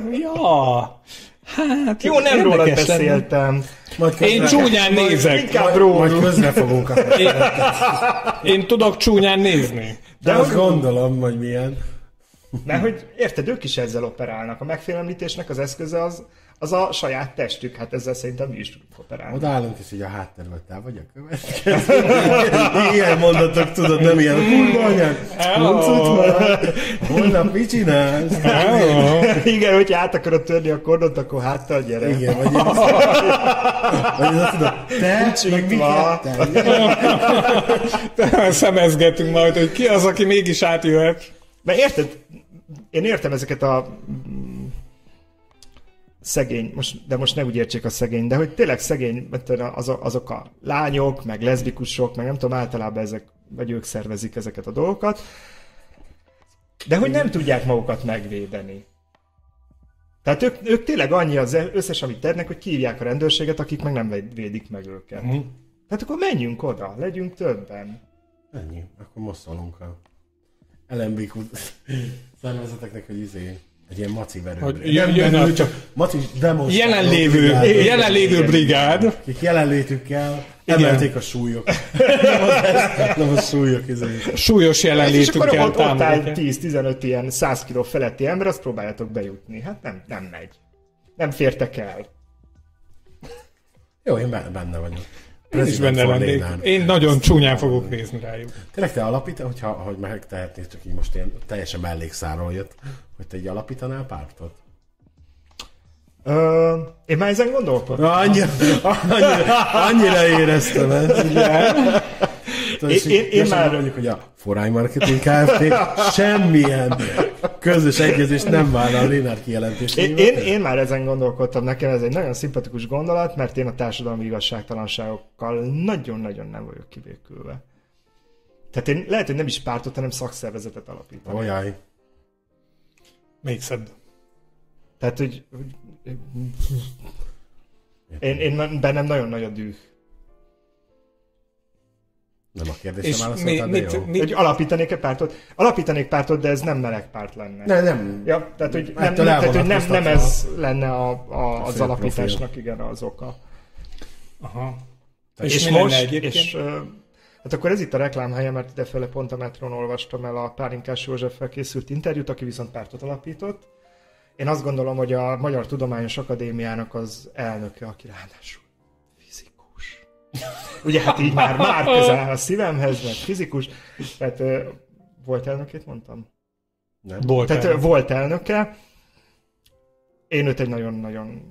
hát jó, nem rólad beszéltem. Én csúnyán nézek. Inkább rólad. Majd közre fogunk. Én tudok csúnyán nézni. De azt gondolom, hogy milyen. Mert hogy érted, ők is ezzel operálnak. A megfélemlítésnek az eszköze az a saját testük, hát ezzel szerintem mi is tudunk operálni. Odaállunk, és így a háttérben, te vagy a következő. Ilyen mondatok, tudod, nem ilyen kurva anyag. Holnap mit csinálsz? Igen, hogyha át akarod törni a kordot, akkor háttal gyere. Igen, vagy azt tudod, te, meg mi ketten. Szemezgetünk majd, hogy ki az, aki mégis átjöhet. Mert érted, én értem ezeket a szegény, de most ne úgy értsék a szegény, de hogy tényleg szegény, azok a lányok, meg leszbikusok, meg nem tudom, általában ezek, vagy ők szervezik ezeket a dolgokat, de hogy nem tudják magukat megvédeni. Tehát ők tényleg annyi az összes, amit tennek, hogy kihívják a rendőrséget, akik meg nem védik meg őket. Tehát akkor menjünk oda, legyünk többen. Ennyi, akkor most szólunk a LMBQ szervezeteknek, hogy egy ilyen maci verő. Jelenlévő brigád. Akik jelenlétükkel emelték a súlyok. Nem a súlyok. Súlyos jelenlétükkel támogatják. És akkor ott áll 10-15 ilyen 100 kg feletti ember, azt próbáljátok bejutni. Hát nem megy. Nem fértek el. Jó, én benne vagyok. Én is benne lennék. Én nagyon csúnyán fogok nézni rájuk. Tényleg te hogy megtehetnéd, csak így most ilyen teljesen mellékszáról jött, hogy te így alapítanál pártot? Én már ezen gondolkodtam. Annyira éreztem ezt. Én már mondjuk, hogy a Forány Marketing Kft. Semmilyen közös egyezést nem vállal a Lénár kijelentésével. Én már ezen gondolkodtam, nekem ez egy nagyon szimpatikus gondolat, mert én a társadalmi igazságtalanságokkal nagyon-nagyon nem vagyok kibékülve. Tehát én lehet, hogy nem is pártot, hanem szakszervezetet alapítanak. Olyaj. Még szebb. Tehát, hogy én bennem nagyon nagy a düh. Nem a kérdésre válaszoltál, de jó. Hogy alapítanék-e pártot? Alapítanék pártot, de ez nem meleg párt lenne. Nem. Ja, tehát, hogy nem ez lenne az alapításnak igen az oka. Aha. És most, hát akkor ez itt a reklámhelye, mert idefele pont a metrón olvastam el a Pálinkás Józseffel készült interjút, aki viszont pártot alapított. Én azt gondolom, hogy a Magyar Tudományos Akadémiának az elnöke, aki ráadásul fizikus. Ugye hát így már közel áll a szívemhez, mert fizikus. Tehát volt elnökét, mondtam? Nem. Volt elnöke. Én őt egy nagyon-nagyon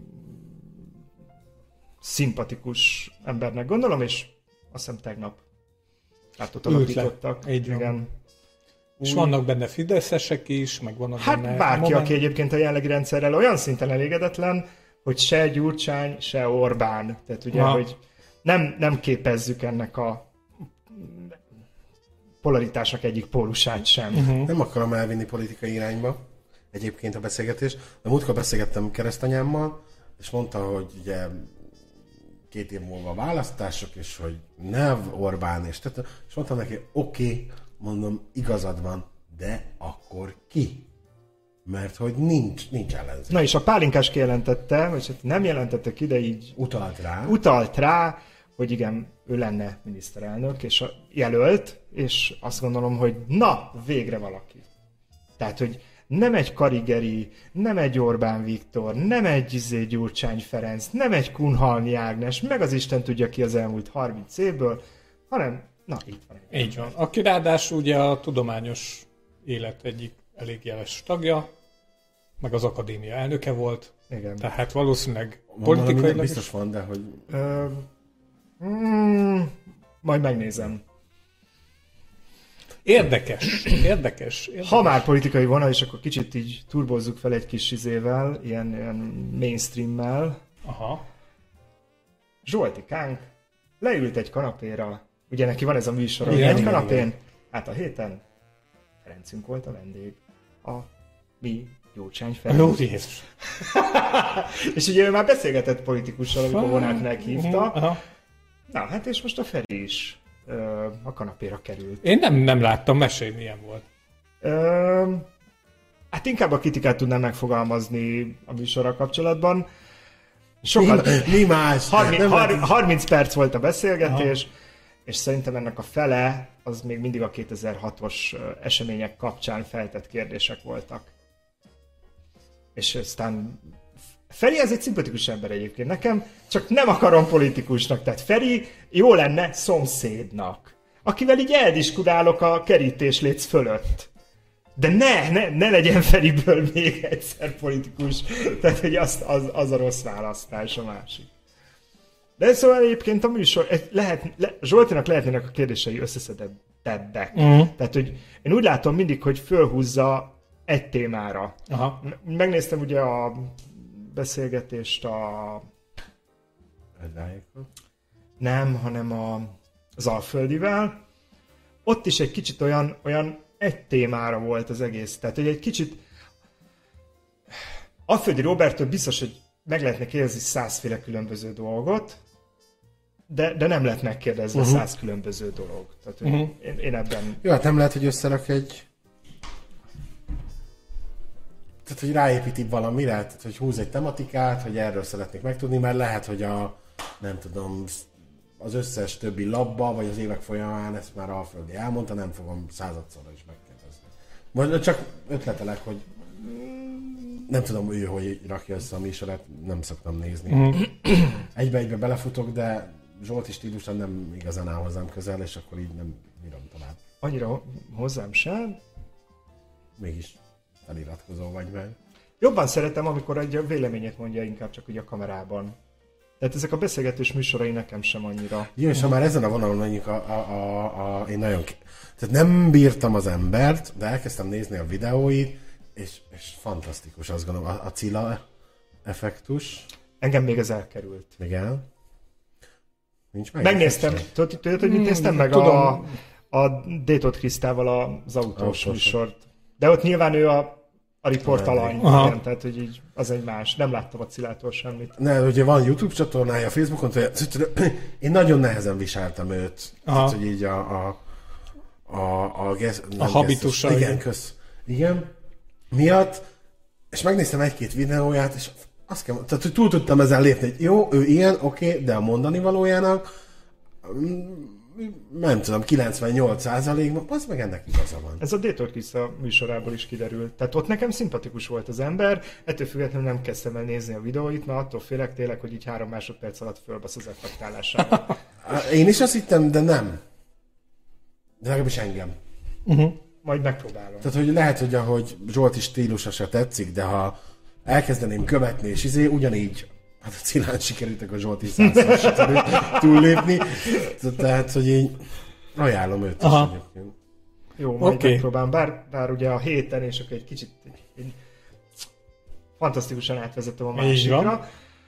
szimpatikus embernek gondolom, és azt hiszem tegnap pártot alapítottak. Igen. És vannak benne fideszesek is, meg vannak benne... Hát bárki, aki egyébként a jelenlegi rendszerrel olyan szinten elégedetlen, hogy se Gyurcsány, se Orbán. Tehát ugye, hogy nem képezzük ennek a polaritásnak egyik pólusát sem. Nem akarom elvinni politikai irányba egyébként a beszélgetést, de múltkor beszélgettem keresztanyámmal, és mondta, hogy ugye 2 év múlva választások, és hogy NEV, Orbán, és mondtam neki, oké, mondom, igazad van, de akkor ki? Mert hogy nincs ellenzék. Na és a Pálinkás kijelentette, vagy hát nem jelentette ki, de így utalt rá, hogy igen, ő lenne miniszterelnök, és jelölt, és azt gondolom, hogy na, végre valaki. Tehát, hogy nem egy Karigeri, nem egy Orbán Viktor, nem egy Gyurcsány Ferenc, nem egy Kunhalmi Ágnes, meg az Isten tudja ki az elmúlt 30 évből, hanem na, itt van. Így van. Aki ráadásul ugye a tudományos élet egyik elég jeles tagja, meg az akadémia elnöke volt. Igen. Tehát valószínűleg politikailag... Biztos van, de hogy... Majd megnézem. Érdekes. Ha már politikai vonal, és akkor kicsit így turbozzuk fel egy kis izével, ilyen mainstreammel. Aha. Zsoltikánk leült egy kanapéra, ugye neki van ez a műsor, egy kanapén, igen. Hát a héten Ferencünk volt a vendég, a mi Gyurcsány Ferenc. És ugye ő már beszélgetett politikussal, amikor vonát meghívta. Na, hát és most a Feri is a kanapéra került. Én nem láttam, mesélj, milyen volt. Hát inkább a kritikát tudnám megfogalmazni a műsorral kapcsolatban. Mi más? 30 perc volt a beszélgetés, és szerintem ennek a fele az még mindig a 2006-os események kapcsán feltett kérdések voltak. És aztán Feri ez egy szimpatikus ember egyébként nekem, csak nem akarom politikusnak. Tehát Feri jó lenne szomszédnak, akivel így eldiskurálok a kerítésléc fölött. De ne legyen Feriből még egyszer politikus. Tehát, hogy az a rossz választás a másik. De szóval egyébként a műsor, Zsoltinak lehetnének a kérdései összeszedettebbek. Tehát, hogy én úgy látom mindig, hogy fölhúzza egy témára. Aha. Megnéztem ugye a beszélgetést nem, hanem az Alföldivel. Ott is egy kicsit olyan egy témára volt az egész. Tehát, hogy egy kicsit Alföldi Róberttől biztos, hogy meg lehetne kérdezni 100 különböző dolgot, de nem lehet megkérdezni 100 különböző dolog. Tehát, hogy én ebben... Jó, hát nem lehet, hogy összerak egy... Tehát, hogy ráépíti valamire, tehát, hogy húz egy tematikát, hogy erről szeretnék megtudni, mert lehet, hogy nem tudom, az összes többi labba, vagy az évek folyamán ezt már Alföldi elmondta, nem fogom 100-szorra is megkérdezni. Vagy csak ötletelek, hogy nem tudom, ő hogy rakja össze a műsorát, nem szoktam nézni. Egybe-egybe belefutok, de Zsolti stílusan nem igazán áll hozzám közel, és akkor így nem bírom tovább. Annyira hozzám sem. Mégis feliratkozó vagy meg. Jobban szeretem, amikor egy véleményét mondja inkább csak úgy a kamerában. Tehát ezek a beszélgetős műsorai nekem sem annyira. Jó, és ha már ezen a vonalon menjünk, én nagyon... Tehát nem bírtam az embert, de elkezdtem nézni a videóit, és fantasztikus, azt gondolom, a Cilla effektus. Engem még ez elkerült. Igen. Nincs meg? Megnéztem. Tudod, hogy mit néztem meg? A Détot Krisztával az autós műsort. De ott nyilván ő a riportalany. Igen, tehát hogy így az egy más. Nem láttam a Cillától semmit. Ne, ugye van YouTube csatornája, Facebookon, én nagyon nehezen viseltem őt. Tehát, hogy így a habitusa. Igen, kösz. Igen. Miatt, és megnéztem egy-két videóját, és azt kell, tehát hogy túl tudtam ezen lépni, hogy jó, ő ilyen, oké, de a mondani valójának nem tudom, 98%-ban, az meg ennek igaza van. Ez a Détot Krista műsorából is kiderült. Tehát ott nekem szimpatikus volt az ember, ettől függetlenül nem kezdtem el nézni a videóit, mert attól félek tényleg, hogy így 3 másodperc alatt fölbasz az effektálásával. Én is azt hittem, de nem. De legalábbis engem. Majd megpróbálom. Tehát, hogy lehet, hogy ahogy Zsolti stílusa se tetszik, de ha elkezdeném követni, és ugyanígy, hát a Cillán sikerültek a Zsolti 100-szor sikerült túllépni. Tehát, hogy én ajánlom őt is egyébként. Jó, majd megpróbálom. Bár ugye a héten, és akkor egy kicsit fantasztikusan átvezettem a másikra.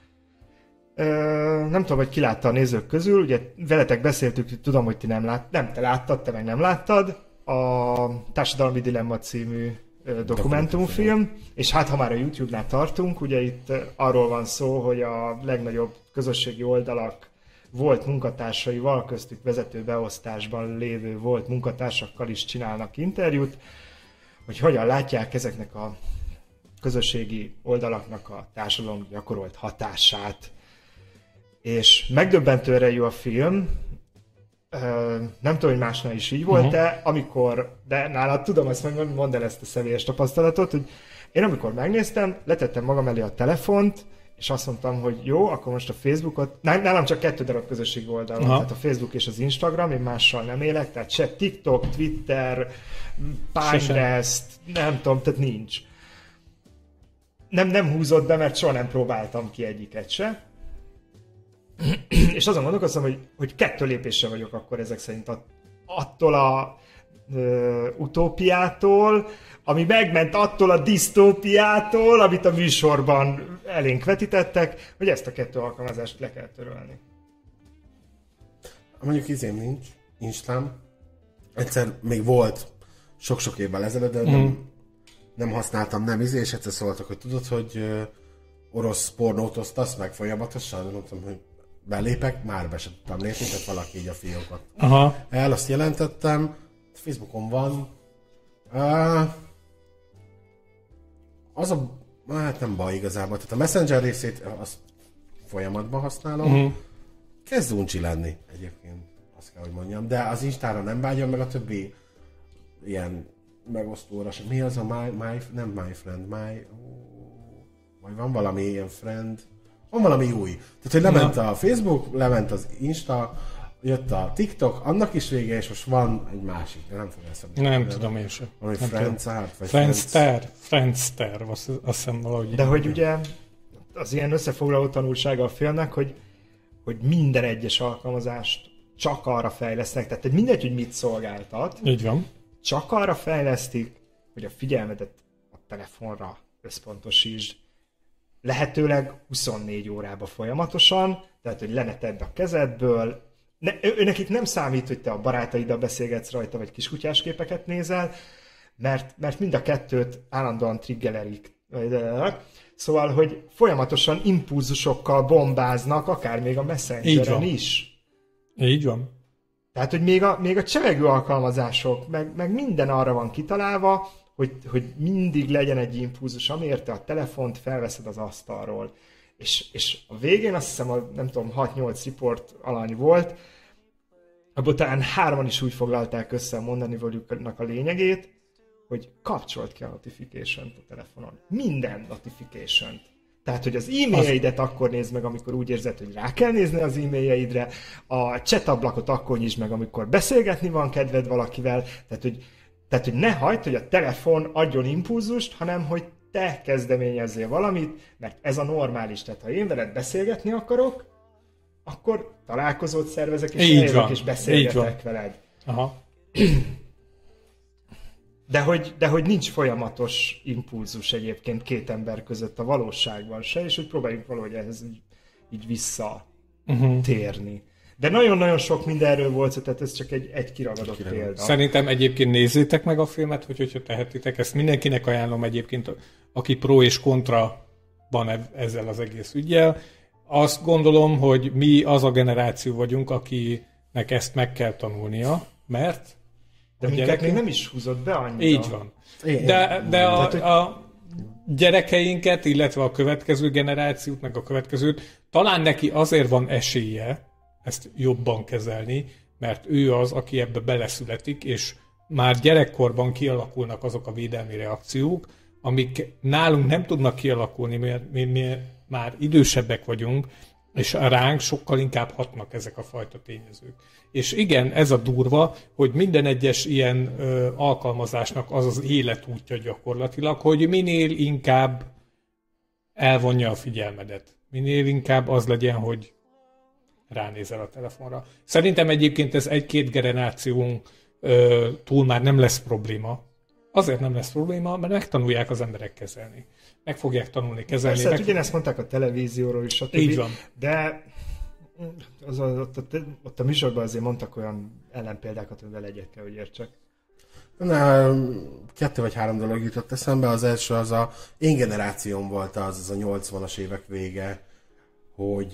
Nem tudom, hogy ki látta a nézők közül, ugye veletek beszéltük, tudom, hogy ti nem te láttad, te meg nem láttad, a Társadalmi Dilemma című dokumentumfilm, és hát ha már a YouTube-nál tartunk, ugye itt arról van szó, hogy a legnagyobb közösségi oldalak volt munkatársaival, köztük vezető beosztásban lévő volt munkatársakkal is csinálnak interjút, hogy hogyan látják ezeknek a közösségi oldalaknak a társadalom gyakorolt hatását. És megdöbbentően jó a film, nem tudom, hogy másnál is így volt, de nálad tudom, azt meg mondd el ezt a személyes tapasztalatot, hogy én amikor megnéztem, letettem magam elé a telefont, és azt mondtam, hogy jó, akkor most a Facebookot, nálam csak 2 darab közösségi oldal van, tehát a Facebook és az Instagram, én mással nem élek, tehát se TikTok, Twitter, Pinterest, nem tudom, tehát nincs. Nem húzott be, mert soha nem próbáltam ki egyiket se. És azon gondolkoztam, hogy 2 lépésre vagyok akkor ezek szerint attól a utópiától, ami megment attól a disztópiától, amit a műsorban elénk vetítettek, hogy ezt a 2 alkalmazást le kell törölni. Mondjuk izém nincs, Instám. Egyszer még volt sok-sok évvel ezelőtt, de nem használtam, és egyszer szóltak, hogy tudod, hogy orosz pornót osztasz meg folyamatosan, mondtam, hogy belépek, már be sem tudtam lépni, tehát valaki így a fiókat. Azt jelentettem, Facebookon van. Hát nem baj igazából, tehát a Messenger részét azt folyamatban használom. Kezd uncsi lenni egyébként, azt kell, hogy mondjam, de az Instára nem vágyom, meg a többi ilyen megosztóra. Mi az a nem My Friend, vagy van valami ilyen friend, van valami új. Tehát, hogy lement a Facebook, lement az Insta, jött a TikTok, annak is vége, és most van egy másik, de nem fogja eszembe. Nem tudom én sem. Valami Friends-árt, vagy Friendster, azt hiszem valahogy. De hogy ugye az ilyen összefoglaló tanulsága a filmnek, hogy minden egyes alkalmazást csak arra fejlesztenek, tehát mindegy, hogy mit szolgáltat. Így van. Csak arra fejlesztik, hogy a figyelmedet a telefonra összpontosítsd. Lehetőleg 24 órába folyamatosan, tehát hogy le ne tedd a kezedből. Nekik nem számít, hogy te a barátaiddal beszélgetsz rajta, vagy kiskutyás képeket nézel, mert mind a 2-t állandóan triggelerik. Szóval, hogy folyamatosan impulzusokkal bombáznak, akár még a Messengeren is. Így van. Tehát, hogy még a csevegő alkalmazások, meg minden arra van kitalálva, hogy mindig legyen egy impulzus, amiért te a telefont felveszed az asztalról. És a végén azt hiszem, nem tudom, 6-8 riport alany volt, abból talán 3-an is úgy foglalták össze a mondani valójuknak a lényegét, hogy kapcsolt ki a notification-t a telefonon. Minden notification-t. Tehát, hogy az e-mailjeidet akkor nézd meg, amikor úgy érzed, hogy rá kell nézni az e-mailjeidre, a chat ablakot akkor nyisd meg, amikor beszélgetni van kedved valakivel, tehát, hogy ne hagyd, hogy a telefon adjon impulzust, hanem, hogy te kezdeményezzél valamit, mert ez a normális. Tehát, ha én veled beszélgetni akarok, akkor találkozót szervezek, és eljövök, és beszélgetek veled. Aha. De hogy nincs folyamatos impulzus egyébként két ember között a valóságban se, és hogy próbáljuk valahogy ehhez így visszatérni. De nagyon-nagyon sok mindenről volt, tehát ez csak egy kiragadott példa. Szerintem egyébként nézzétek meg a filmet, hogyha tehetitek. Ezt mindenkinek ajánlom egyébként, aki pro és kontra van ezzel az egész üggyel. Azt gondolom, hogy mi az a generáció vagyunk, akinek ezt meg kell tanulnia, mert de minket még nem is húzott be annyira. Így van. De a gyerekeinket, illetve a következő generációt, meg a következőt, talán neki azért van esélye ezt jobban kezelni, mert ő az, aki ebbe beleszületik, és már gyerekkorban kialakulnak azok a védelmi reakciók, amik nálunk nem tudnak kialakulni, mert mi már idősebbek vagyunk, és ránk sokkal inkább hatnak ezek a fajta tényezők. És igen, ez a durva, hogy minden egyes ilyen alkalmazásnak az az életútja gyakorlatilag, hogy minél inkább elvonja a figyelmedet. Minél inkább az legyen, hogy ránézel a telefonra. Szerintem egyébként ez egy-két generáción túl már nem lesz probléma. Azért nem lesz probléma, mert megtanulják az emberek kezelni. Meg fogják tanulni kezelni. Persze, ugyanezt mondták a televízióról is, stb. Így van. De ott a műsorban azért mondtak olyan ellenpéldákat, amivel egyet kell, hogy értsek. Na, 2 vagy 3 dolog jutott eszembe. Az első az én generációm volt az a 80-as évek vége, hogy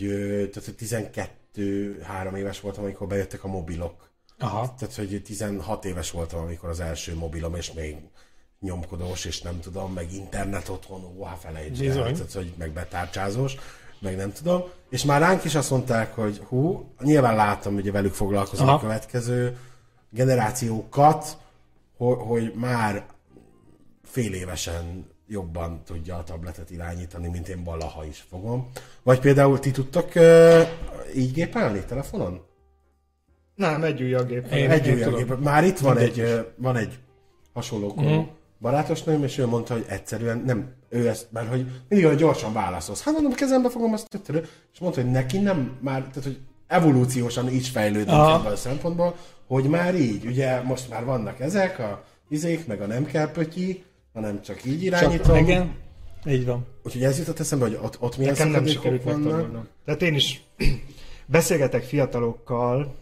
12-3 éves voltam, amikor bejöttek a mobilok. Aha. Tehát, hogy 16 éves voltam, amikor az első mobilom, és még nyomkodós, és nem tudom, meg internet otthon, felejtsd el, tehát, hogy meg betárcsázós, meg nem tudom. És már ránk is azt mondták, hogy nyilván láttam, hogy velük foglalkozom a következő generációkat, hogy már fél évesen jobban tudja a tabletet irányítani, mint én valaha is fogom. Vagy például ti tudtok így gépelni telefonon? Nem, egy ujjal gép. Már itt van egy hasonló barátos nőm, és ő mondta, hogy egyszerűen nem, ő ezt, mert hogy mindig olyan gyorsan válaszolsz. Hát mondom, kezembe fogom azt töttörő, és mondta, hogy neki nem már, tehát hogy evolúciósan is fejlődünk ebben a szempontból, hogy már így, ugye most már vannak ezek a izék, meg a nem kell pötyi, hanem csak így irányítom. Igen, így van. Úgyhogy ez jutott eszembe, hogy ott milyen szakadékok vannak. Tehát én is beszélgetek fiatalokkal,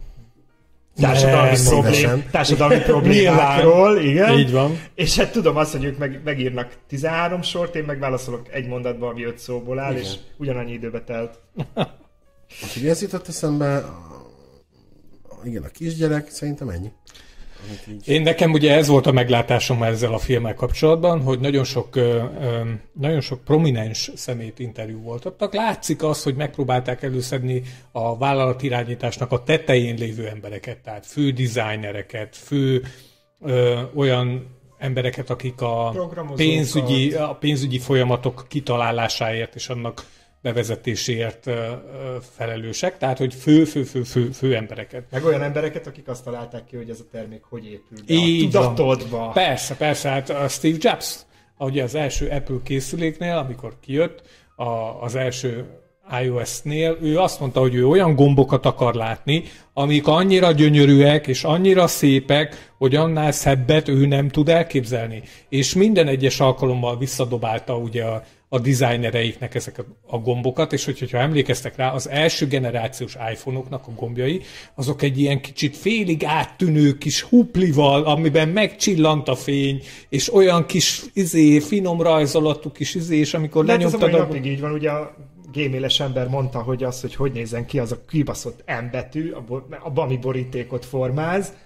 társadalmi problémákról, igen. Így van. És hát tudom azt, hogy ők megírnak 13 sort, én megválaszolok egy mondatban, ami 5 szóból áll, igen. És ugyanannyi időbe telt. Úgyhogy ez jutott eszembe, igen, a kisgyerek, szerintem ennyi. Nekem ugye ez volt a meglátásom ezzel a filmmel kapcsolatban, hogy nagyon sok prominens személyt interjú voltattak. Látszik az, hogy megpróbálták előszedni a vállalatirányításnak a tetején lévő embereket, tehát fő designereket, fő olyan embereket, akik a pénzügyi folyamatok kitalálásáért és annak bevezetéséért felelősek, tehát hogy fő embereket. Meg olyan embereket, akik azt találták ki, hogy ez a termék hogy épül be a tudatodba. Persze, hát a Steve Jobs, ugye az első Apple készüléknél, amikor kijött, az első iOS-nél, ő azt mondta, hogy ő olyan gombokat akar látni, amik annyira gyönyörűek és annyira szépek, hogy annál szebbet ő nem tud elképzelni. És minden egyes alkalommal visszadobálta ugye a designereiknek ezeket a gombokat, és hogyha emlékeztek rá, az első generációs iPhone-oknak a gombjai, azok egy ilyen kicsit félig áttűnő kis huplival, amiben megcsillant a fény, és olyan kis finom rajzolatú kis és amikor lenyomtad... De ez a mai napig így van, ugye a géméles ember mondta, hogy az, hogy nézzen ki az a kibaszott M betű, abban, ami borítékot formáz,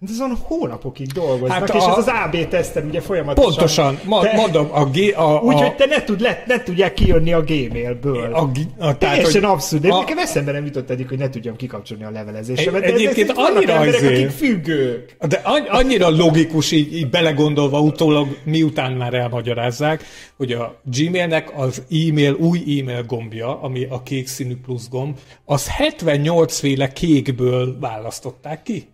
azon hónapokig dolgoznak, és ez az AB teszten ugye folyamatosan... Pontosan, mondom, úgyhogy te ne tudják kijönni a Gmailből. Teljesen abszurd. De nekem eszembe nem jutott eddig, hogy ne tudjam kikapcsolni a levelezésemet. Egyébként annyira emberek, akik függők. De annyira logikus így belegondolva utólag, miután már elmagyarázzák, hogy a Gmailnek az új e-mail gombja, ami a kék színű plusz gomb, az 78 féle kékből választották ki.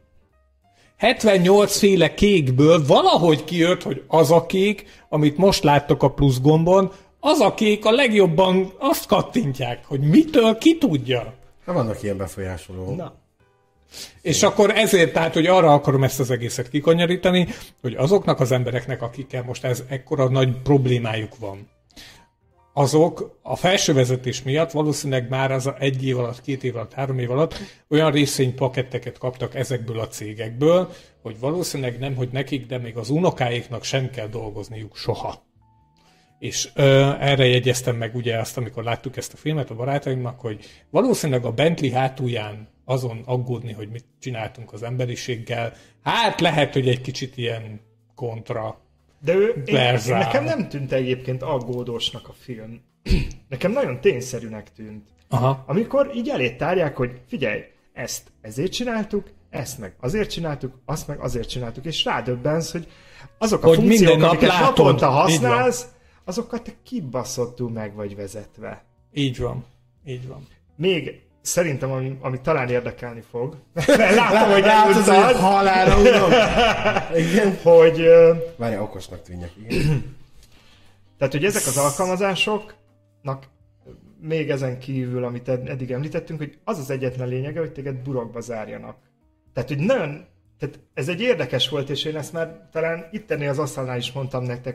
78 féle kékből valahogy kijött, hogy az a kék, amit most láttok a plusz gombon, az a kék a legjobban azt kattintják, hogy mitől ki tudja. Hát vannak ilyen befolyásoló. Na. És akkor ezért, tehát, hogy arra akarom ezt az egészet kikanyarítani, hogy azoknak az embereknek, akikkel most ez ekkora nagy problémájuk van, azok a felső vezetés miatt valószínűleg már az 1 év alatt, 2 év alatt, 3 év alatt olyan részvénypaketteket kaptak ezekből a cégekből, hogy valószínűleg nem, hogy nekik, de még az unokáiknak sem kell dolgozniuk soha. És erre jegyeztem meg ugye azt, amikor láttuk ezt a filmet a barátainknak, hogy valószínűleg a Bentley hátulján azon aggódni, hogy mit csináltunk az emberiséggel, hát lehet, hogy egy kicsit ilyen kontra. De nekem nem tűnt egyébként aggódósnak a film. Nekem nagyon tényszerűnek tűnt. Aha. Amikor így elé tárják, hogy figyelj, ezt ezért csináltuk, ezt meg azért csináltuk, azt meg azért csináltuk, és rádöbbensz, hogy azok a hogy funkciók, amiket naponta használsz, azokat te kibaszottul meg vagy vezetve. Így van. Így van. Még szerintem, ami talán érdekelni fog, látom, hogy elmondtad, halálra unom. Igen. Hogy... Várjál, okosnak tűnjek. Igen. Tehát, hogy ezek az alkalmazásoknak még ezen kívül, amit eddig említettünk, hogy az az egyetlen lényege, hogy téged burokba zárjanak. Tehát, hogy nagyon... Tehát ez egy érdekes volt, és én ezt már talán itt ennél az asztalnál is mondtam nektek,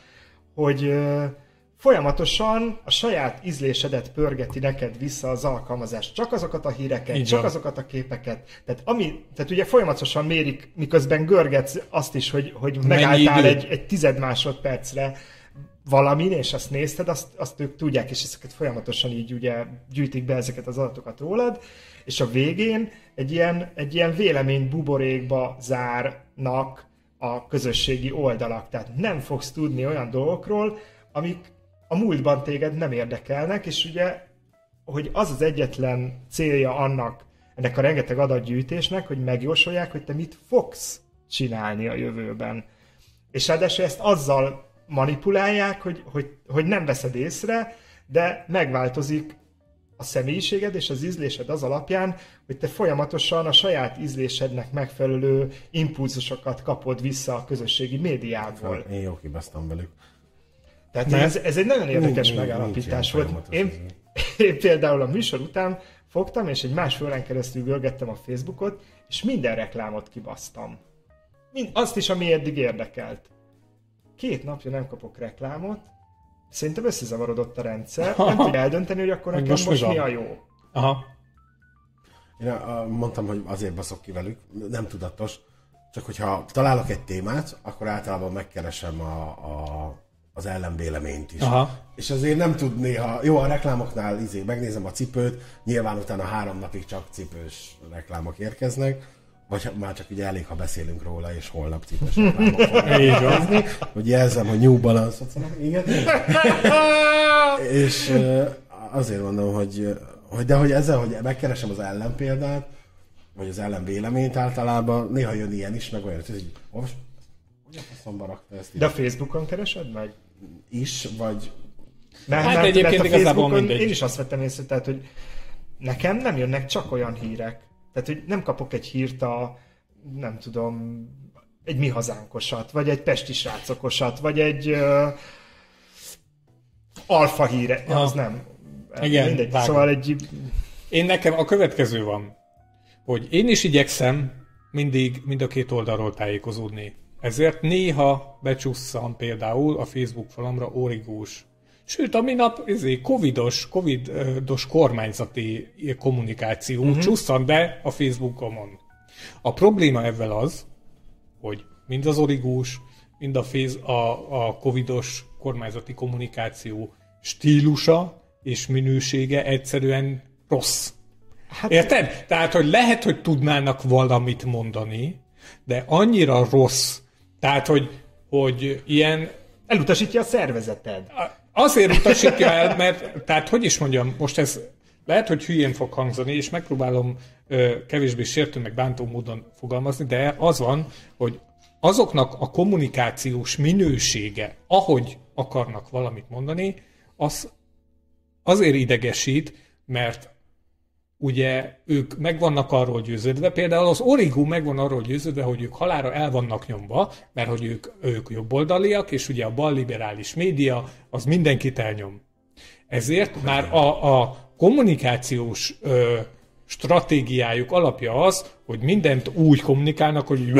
hogy folyamatosan a saját ízlésedet pörgeti neked vissza az alkalmazás. Csak azokat a híreket, így csak van. Azokat a képeket. Tehát ugye folyamatosan mérik, miközben görgetsz azt is, hogy megálltál egy 10 másodpercre valamin, és azt nézted, azt ők tudják, és ezeket folyamatosan így ugye gyűjtik be ezeket az adatokat rólad, és a végén egy ilyen vélemény buborékba zárnak a közösségi oldalak. Tehát nem fogsz tudni olyan dolgokról, amik a múltban téged nem érdekelnek, és ugye, hogy az az egyetlen célja ennek a rengeteg adatgyűjtésnek, hogy megjósolják, hogy te mit fogsz csinálni a jövőben. És ráadásul ezt azzal manipulálják, hogy nem veszed észre, de megváltozik a személyiséged és az ízlésed az alapján, hogy te folyamatosan a saját ízlésednek megfelelő impulzusokat kapod vissza a közösségi médiából. Én jó kibasztam velük. Tehát ez egy nagyon érdekes megállapítás volt. Én például a műsor után fogtam, és egy másfél órán keresztül görgettem a Facebookot, és minden reklámot kibasztam. Azt is, ami eddig érdekelt. 2 napja nem kapok reklámot, szerintem összezavarodott a rendszer, nem tudja eldönteni, hogy akkor nekem most mi a jó. Aha. Én mondtam, hogy azért baszok ki velük, nem tudatos, csak hogyha találok egy témát, akkor általában megkeresem az ellenvéleményt is. Aha. És azért nem tud néha, jó, a reklámoknál megnézem a cipőt, nyilván utána 3 napig csak cipős reklámok érkeznek, vagy már csak ugye elég, ha beszélünk róla, és holnap cipős reklámok fognak érkezni, hogy jelzem, hogy New Balance-ot igen. És azért mondom, hogy ezzel, hogy megkeresem az ellenpéldát, vagy az ellenvéleményt általában, néha jön ilyen is, meg olyan, hogy most hogy a faszomba rakta ezt? De a Facebookon keresed meg? Is, vagy... Hát egyébként igazából mindegy. Én is azt vettem észre, tehát, hogy nekem nem jönnek csak olyan hírek. Tehát, hogy nem kapok egy hírt nem tudom, egy Mi Hazánkosat, vagy egy Pesti Srácokosat, vagy egy Alfa híre. Az nem. Igen, mindegy. Szóval Én nekem a következő van, hogy én is igyekszem mindig mind a 2 oldalról tájékozódni. Ezért néha becsusszam például a Facebook falamra origós. Sőt, a minap covidos kormányzati kommunikáció csusszant be a Facebookomon. A probléma ezzel az, hogy mind az origós, mind a covidos kormányzati kommunikáció stílusa és minősége egyszerűen rossz. Hát, érted? Tehát, hogy lehet, hogy tudnának valamit mondani, De annyira rossz, tehát, hogy ilyen... Elutasítja a szervezeted. Azért utasítja el, mert, tehát hogy is mondjam, most ez lehet, hogy hülyén fog hangzani, és megpróbálom kevésbé sértő, meg bántó módon fogalmazni, de az van, hogy azoknak a kommunikációs minősége, ahogy akarnak valamit mondani, az azért idegesít, mert ugye ők meg vannak arról győződve, például az Origo meg van arról győződve, hogy ők halálra el vannak nyomva, mert hogy ők jobboldaliak, és ugye a balliberális média az mindenkit elnyom. Ezért már a kommunikációs stratégiájuk alapja az, hogy mindent úgy kommunikálnak, hogy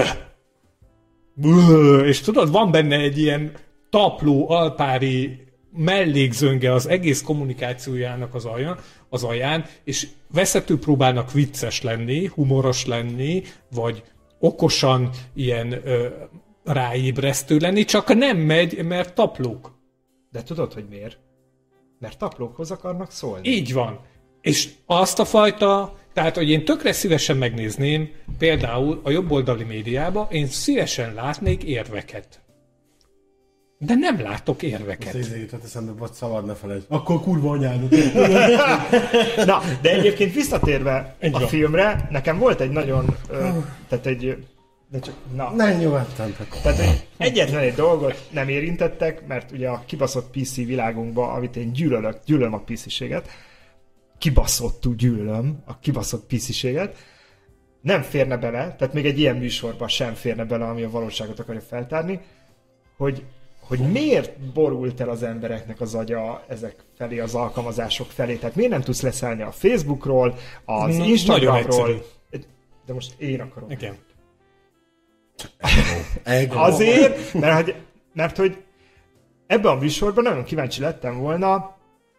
és tudod, van benne egy ilyen tapló, alpári mellékzönge az egész kommunikációjának az alján, és veszetül próbálnak vicces lenni, humoros lenni, vagy okosan ilyen ráébresztő lenni, csak nem megy, mert taplók. De tudod, hogy miért? Mert taplókhoz akarnak szólni. Így van. És azt a fajta, tehát, hogy én tökre szívesen megnézném, például a jobboldali médiába, én szívesen látnék érveket. De nem látok érveket. Ezt jutott eszembe, vagy szabad ne felejtsd. Akkor kurva anyád. Na, de egyébként visszatérve a filmre, nekem volt egy nagyon... tehát egy... De csak, ne nyugodtan. Tehát egyetlen egy dolgot nem érintettek, mert ugye a kibaszott PC világunkban, amit én gyűlölöm a PC-séget, kibaszottul gyűlölöm a kibaszott PC-séget, nem férne bele, tehát még egy ilyen műsorban sem férne bele, ami a valóságot akarja feltárni, hogy miért borult el az embereknek az agya ezek felé, az alkalmazások felé. Tehát miért nem tudsz leszállni a Facebookról, az Instagramról. De most én akarom. Igen. Azért, mert hogy ebben a műsorban nagyon kíváncsi lettem volna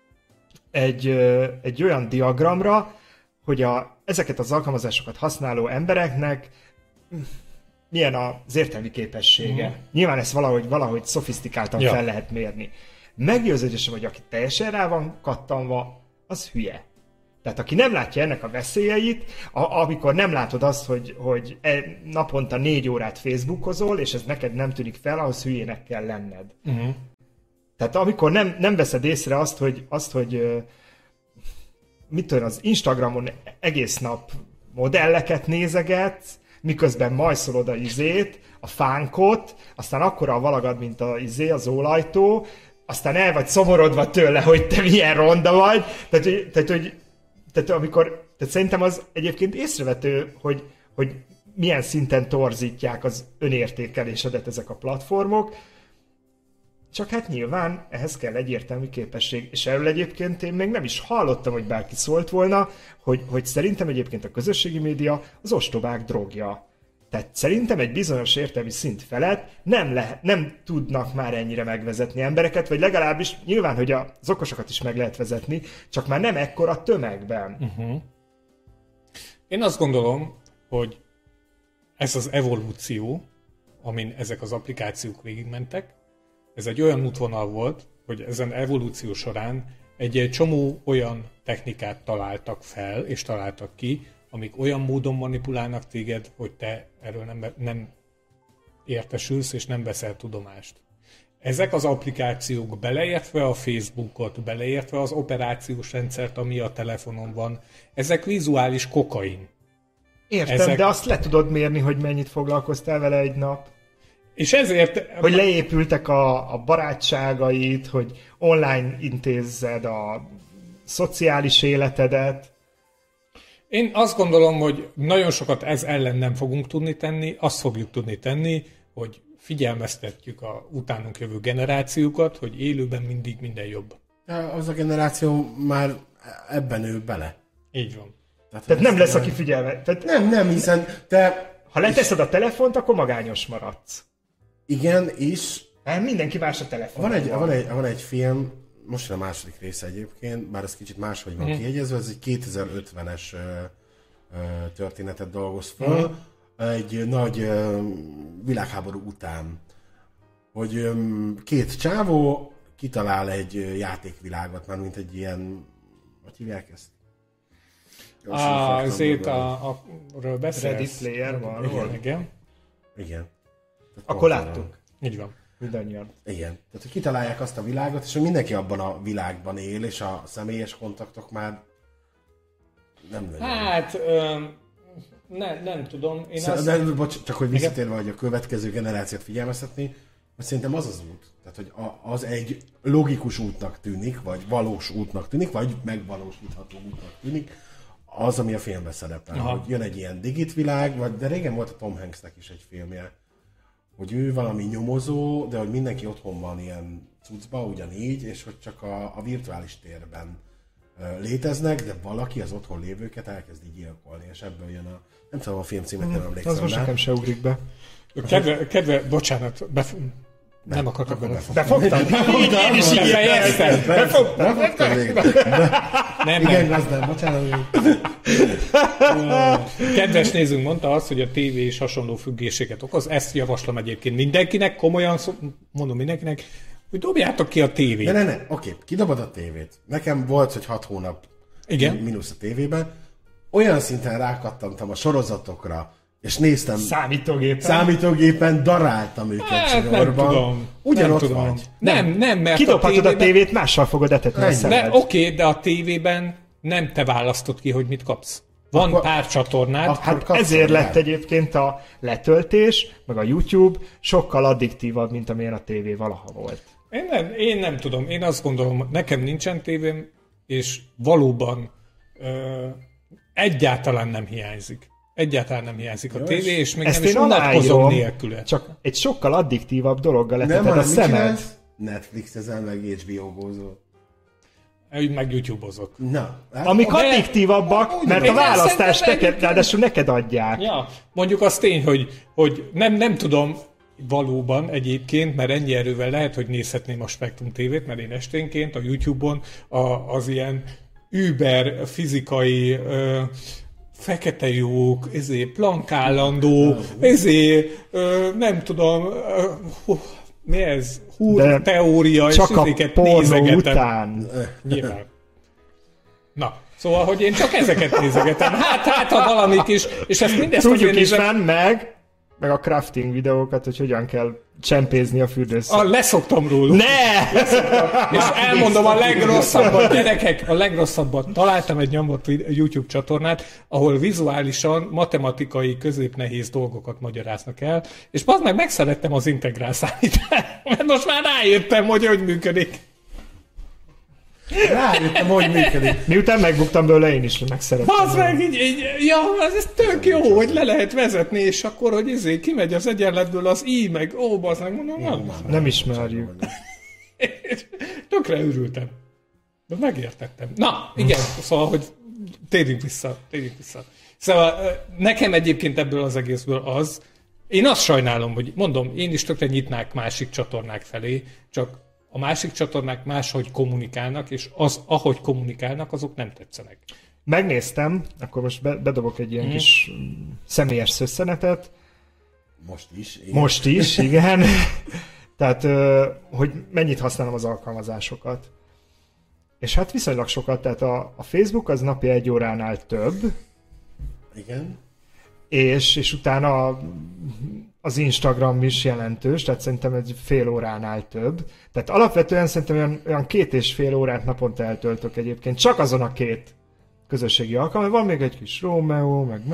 egy olyan diagramra, hogy ezeket az alkalmazásokat használó embereknek milyen az értelmi képessége. Nyilván ezt valahogy szofisztikáltan fel lehet mérni. Meggyőződésem, hogy aki teljesen rá van kattanva, az hülye. Tehát aki nem látja ennek a veszélyeit, amikor nem látod azt, hogy naponta 4 órát Facebookozol, és ez neked nem tűnik fel, ahhoz hülyének kell lenned. Tehát amikor nem veszed észre azt, hogy mit tudom, az Instagramon egész nap modelleket nézegetsz, miközben majszolod a fánkot, aztán akkora a valagad, mint az ólajtó, aztán el vagy szomorodva tőle, hogy te milyen ronda vagy. Tehát szerintem az egyébként észrevető, hogy milyen szinten torzítják az önértékelésedet ezek a platformok. Csak hát nyilván ehhez kell egy értelmi képesség, és erről egyébként én még nem is hallottam, hogy bárki szólt volna, hogy szerintem egyébként a közösségi média az ostobák drogja. Tehát szerintem egy bizonyos értelmi szint felett nem tudnak már ennyire megvezetni embereket, vagy legalábbis nyilván, hogy az okosokat is meg lehet vezetni, csak már nem ekkora tömegben. Én azt gondolom, hogy ez az evolúció, amin ezek az applikációk végigmentek, ez egy olyan útvonal volt, hogy ezen evolúció során egy csomó olyan technikát találtak fel, és találtak ki, amik olyan módon manipulálnak téged, hogy te erről nem értesülsz, és nem veszel tudomást. Ezek az applikációk, beleértve a Facebookot, beleértve az operációs rendszert, ami a telefonon van, ezek vizuális kokain. Értem, de azt le tudod mérni, hogy mennyit foglalkoztál vele egy nap. És ezért... Hogy leépültek a barátságait, hogy online intézzed a szociális életedet. Én azt gondolom, hogy nagyon sokat ez ellen nem fogunk tudni tenni, azt fogjuk tudni tenni, hogy figyelmeztetjük a utánunk jövő generációkat, hogy élőben mindig minden jobb. Az a generáció már ebben nő bele. Így van. Tehát nem lesz, aki figyelme. Nem, hiszen te... Ha leteszed a telefont, akkor magányos maradsz. Igen, és... Mindenki más a telefon. Van egy film, most a második része egyébként, bár ez kicsit máshogy van kiegyezve, ez egy 2050-es történetet dolgoz fel, egy nagy világháború után, hogy két csávó kitalál egy játékvilágot, már mint egy ilyen, hogy hívják ezt? Azért ről beszélsz. Ready Player van. Igen. Igen. Akkor láttuk. Így van. Mindannyian. Igen. Tehát, hogy kitalálják azt a világot, és hogy mindenki abban a világban él, és a személyes kontaktok már nem nagyon. Hát, nem tudom. Csak hogy visszatérve, hogy a következő generációt figyelmeztetni, hogy szerintem az az út. Tehát, hogy az egy logikus útnak tűnik, vagy valós útnak tűnik, vagy megvalósítható útnak tűnik, az, ami a filmben szerepel. Hogy jön egy ilyen digitvilág, de régen volt a Tom Hanksnek is egy filmje, hogy ő valami nyomozó, de hogy mindenki otthon van ilyen cuccba, ugyanígy, és hogy csak a virtuális térben léteznek, de valaki az otthon lévőket elkezdi gyilkolni, és ebből jön a... Nem tudom, a film címet nem emlékszem. Az most nekem se ugrik be. Bocsánat, nem akarok befogtad? Én is így fejeztem. Befogtad végre. Nem. Igen, gazdán, bocsánat. Kedves nézőnk mondta azt, hogy a tévé is hasonló függőséget okoz. Ezt javaslom egyébként mindenkinek, komolyan mondom mindenkinek, hogy dobjátok ki a tévét. Ne. Oké, kidobod a tévét. Nekem volt, hogy 6 hónap mínusz a tévében. Olyan szinten rákattantam a sorozatokra, és néztem... Számítógépen daráltam őket sor. Ugyanott vagy. Nem, mert kidobhatod a tévét, mással fogod etetni a szemed. Oké, de a tévében nem te választod ki, hogy mit kapsz. Van pár csatornád. Hát ezért lett egyébként a letöltés, meg a YouTube sokkal addiktívabb, mint amilyen a tévé valaha volt. Én nem tudom. Én azt gondolom, nekem nincsen tévém, és valóban egyáltalán nem hiányzik. Egyáltalán nem hiányzik a tévé, és még nem is unatkozom nélküle. Csak egy sokkal addiktívabb dologgal leteted a szemed. Netflix-ezel, meg HBO-gózol. Meg YouTube-ozok. Amik addiktívabbak, mert a választást ráadásul neked adják. Ja, mondjuk az tény, hogy nem tudom valóban egyébként, mert ennyi erővel lehet, hogy nézhetném a Spektrum TV-t, mert én esténként a YouTube-on az ilyen über fizikai fekete lyuk, plankállandó, nem tudom, mi ez? Teória, és ezeket nézegetem. Után. Nyilván. Na, szóval, hogy én csak ezeket nézegetem. Hát ha valamik is, és ezt mindezt tudjuk is meg a crafting videókat, hogy hogyan kell csempézni a fürdőszobát. Leszoktam róluk. Ne! És elmondom a legrosszabbat, gyerekek, a legrosszabbat. Találtam egy nyomott YouTube csatornát, ahol vizuálisan matematikai középnehéz dolgokat magyaráznak el, és bazd meg megszerettem az integrál számítást, mert most már rájöttem, hogy működik. Rájöttem, hogy működik. Miután megbuktam belőle, én is megszerettem. Bazd meg, ez tök jó, hogy le lehet vezetni, és akkor, hogy kimegy az egyenletből az i, meg bazd meg, mondom, nem ismerjük. Tökre örültem. De megértettem. Na, igen, szóval, hogy térjünk vissza. Szóval nekem egyébként ebből az egészből én azt sajnálom, hogy mondom, én is tökre nyitnák másik csatornák felé, csak a másik csatornák máshogy kommunikálnak, és ahogy kommunikálnak, azok nem tetszenek. Megnéztem, akkor most bedobok egy ilyen kis személyes szösszenetet. Most is, igen. Tehát, hogy mennyit használom az alkalmazásokat. És hát viszonylag sokat, tehát a Facebook az napi 1 óránál több. Igen. És utána az Instagram is jelentős, tehát szerintem egy fél óránál több. Tehát alapvetően szerintem olyan 2,5 órát naponta eltöltök egyébként, csak azon a 2 közösségi alkalom. Van még egy kis Romeo, meg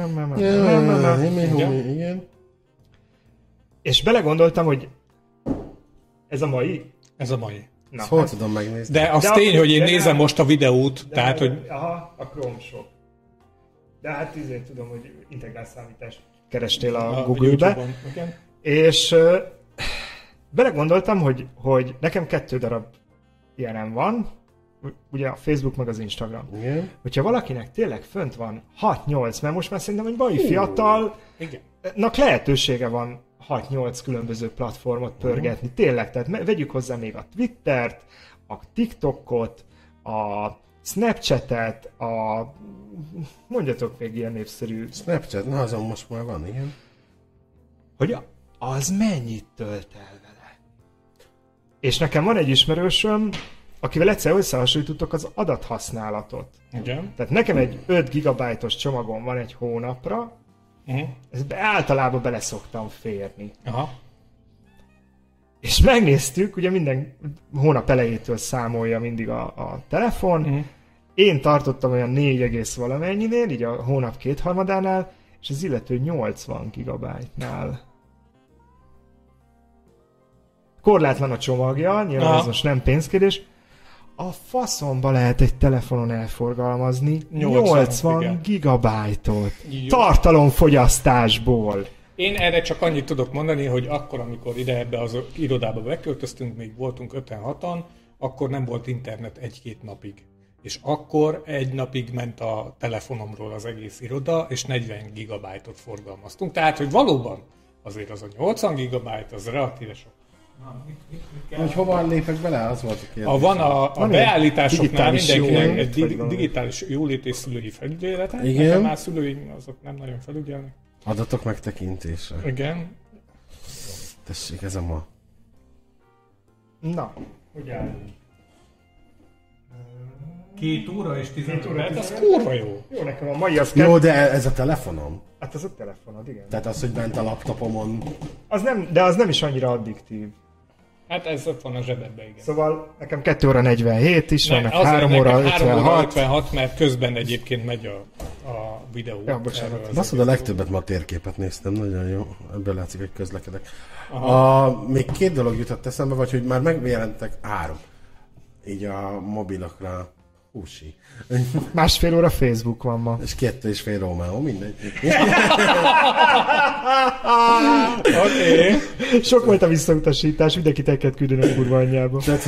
igen. És belegondoltam, hogy ez a mai? Ez a mai. Na, hol tudom megnézni? De az tény, hogy én nézem most a videót, tehát, hogy... Aha, a Chrome Shop. De hát tudom, hogy integrál számítást kerestél a Google-be. És belegondoltam, hogy nekem 2 darab ilyenem van, ugye a Facebook meg az Instagram. Igen. Hogyha valakinek tényleg fönt van 6-8, mert most már szerintem egy mai fiatalnak lehetősége van 6-8 különböző platformot pörgetni. Tényleg, tehát vegyük hozzá még a Twittert, a TikTokot, a Snapchatet, mondjatok még ilyen népszerű... Snapchat, na azon most már van, igen. Hogy az mennyit tölt el vele? És nekem van egy ismerősöm, akivel egyszer összehasonlítottak az adathasználatot. Igen. Tehát nekem egy 5 GB-os csomagom van egy hónapra, Ezt általában bele szoktam férni. Aha. És megnéztük, ugye minden hónap elejétől számolja mindig a telefon. Én tartottam olyan 4, valamennyinél, így a hónap 2/3-ánál, és az illető 80 GB-nál. Korlátlan a csomagja, nyilván ez most nem pénzkérdés. A faszomba lehet egy telefonon elforgalmazni 80 GB-ot tartalomfogyasztásból. Én erre csak annyit tudok mondani, hogy akkor, amikor ide ebbe az irodába beköltöztünk, még voltunk 5-6-an, akkor nem volt internet 1-2 napig. És akkor 1 napig ment a telefonomról az egész iroda, és 40 GB-ot forgalmaztunk. Tehát, hogy valóban azért az a 80 GB, az relatíve sok. Hogy hova lépek bele, az volt a kérdés. Van a beállításoknál mindenkinek egy digitális jólét és szülői felügyelete. Nekem már szülőim azok nem nagyon felügyelnek. Adatok megtekintése. Igen. Tessék, ez a ma. Na, hogy állunk? 2 óra és 15 óra, az kurva jó. Jó, nekem a mai az Jó, de ez a telefonom? Hát az a telefonod, igen. Tehát az, hogy bent a laptopomon... Az nem, de az nem is annyira addiktív. Hát ez ott van a zsebedben, igen. Szóval nekem 2 óra 47 is van, 3 óra 56. 3 óra 56, mert közben egyébként megy a videó. Ja, bocsánat. Baszod, a legtöbbet ma a térképet néztem, nagyon jó. Ebből látszik, hogy közlekedek. Még 2 dolog jutott eszembe, vagy hogy már megjelentek 3. Így a mobilokra. Húsi. 1,5 óra Facebook van ma. És 2,5 Rómeó, mindegy. Oké. Sok volt a visszautasítás, mindenki teket küldön a kurva anyjába. Tehát,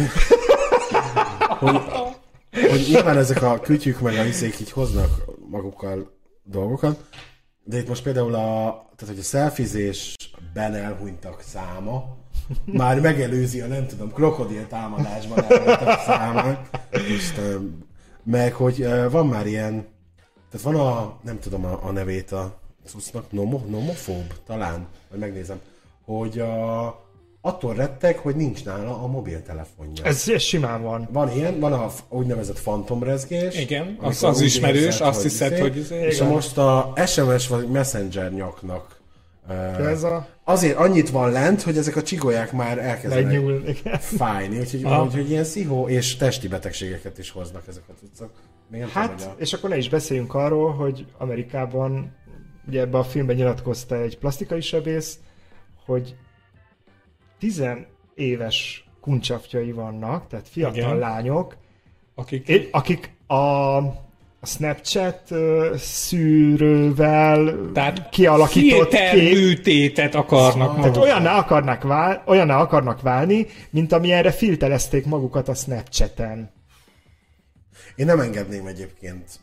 hogy nyilván ezek a kütyük meg a hiszék így hoznak magukkal dolgokat, de itt most például tehát, hogy a szelfizésben elhunytak száma már megelőzi a nem tudom, krokodil támadásban elhunytak számát. Meg hogy van már ilyen, tehát van nem tudom a nevét a cuccnak, nomofób talán, majd megnézem, hogy attól rettek, hogy nincs nála a mobiltelefonja. Ez simán van. Van ilyen, van a úgynevezett fantomrezgés. Igen, az ismerős, azt hiszed, hogy... És most a SMS vagy Messenger nyaknak azért annyit van lent, hogy ezek a csigolyák már elkezdenek fájni, úgyhogy ilyen szihó és testi betegségeket is hoznak ezek a cuccok. Hát, és akkor ne is beszéljünk arról, hogy Amerikában, ugye ebben a filmben nyilatkozta egy plastikai sebész, hogy 10 éves kuncsaftjai vannak, tehát fiatal lányok, akik a Snapchat szűrővel tehát kialakított filterműtétet akarnak. Tehát olyanná akarnak válni, mint amilyenre filterezték magukat a Snapchaten. Én nem engedném egyébként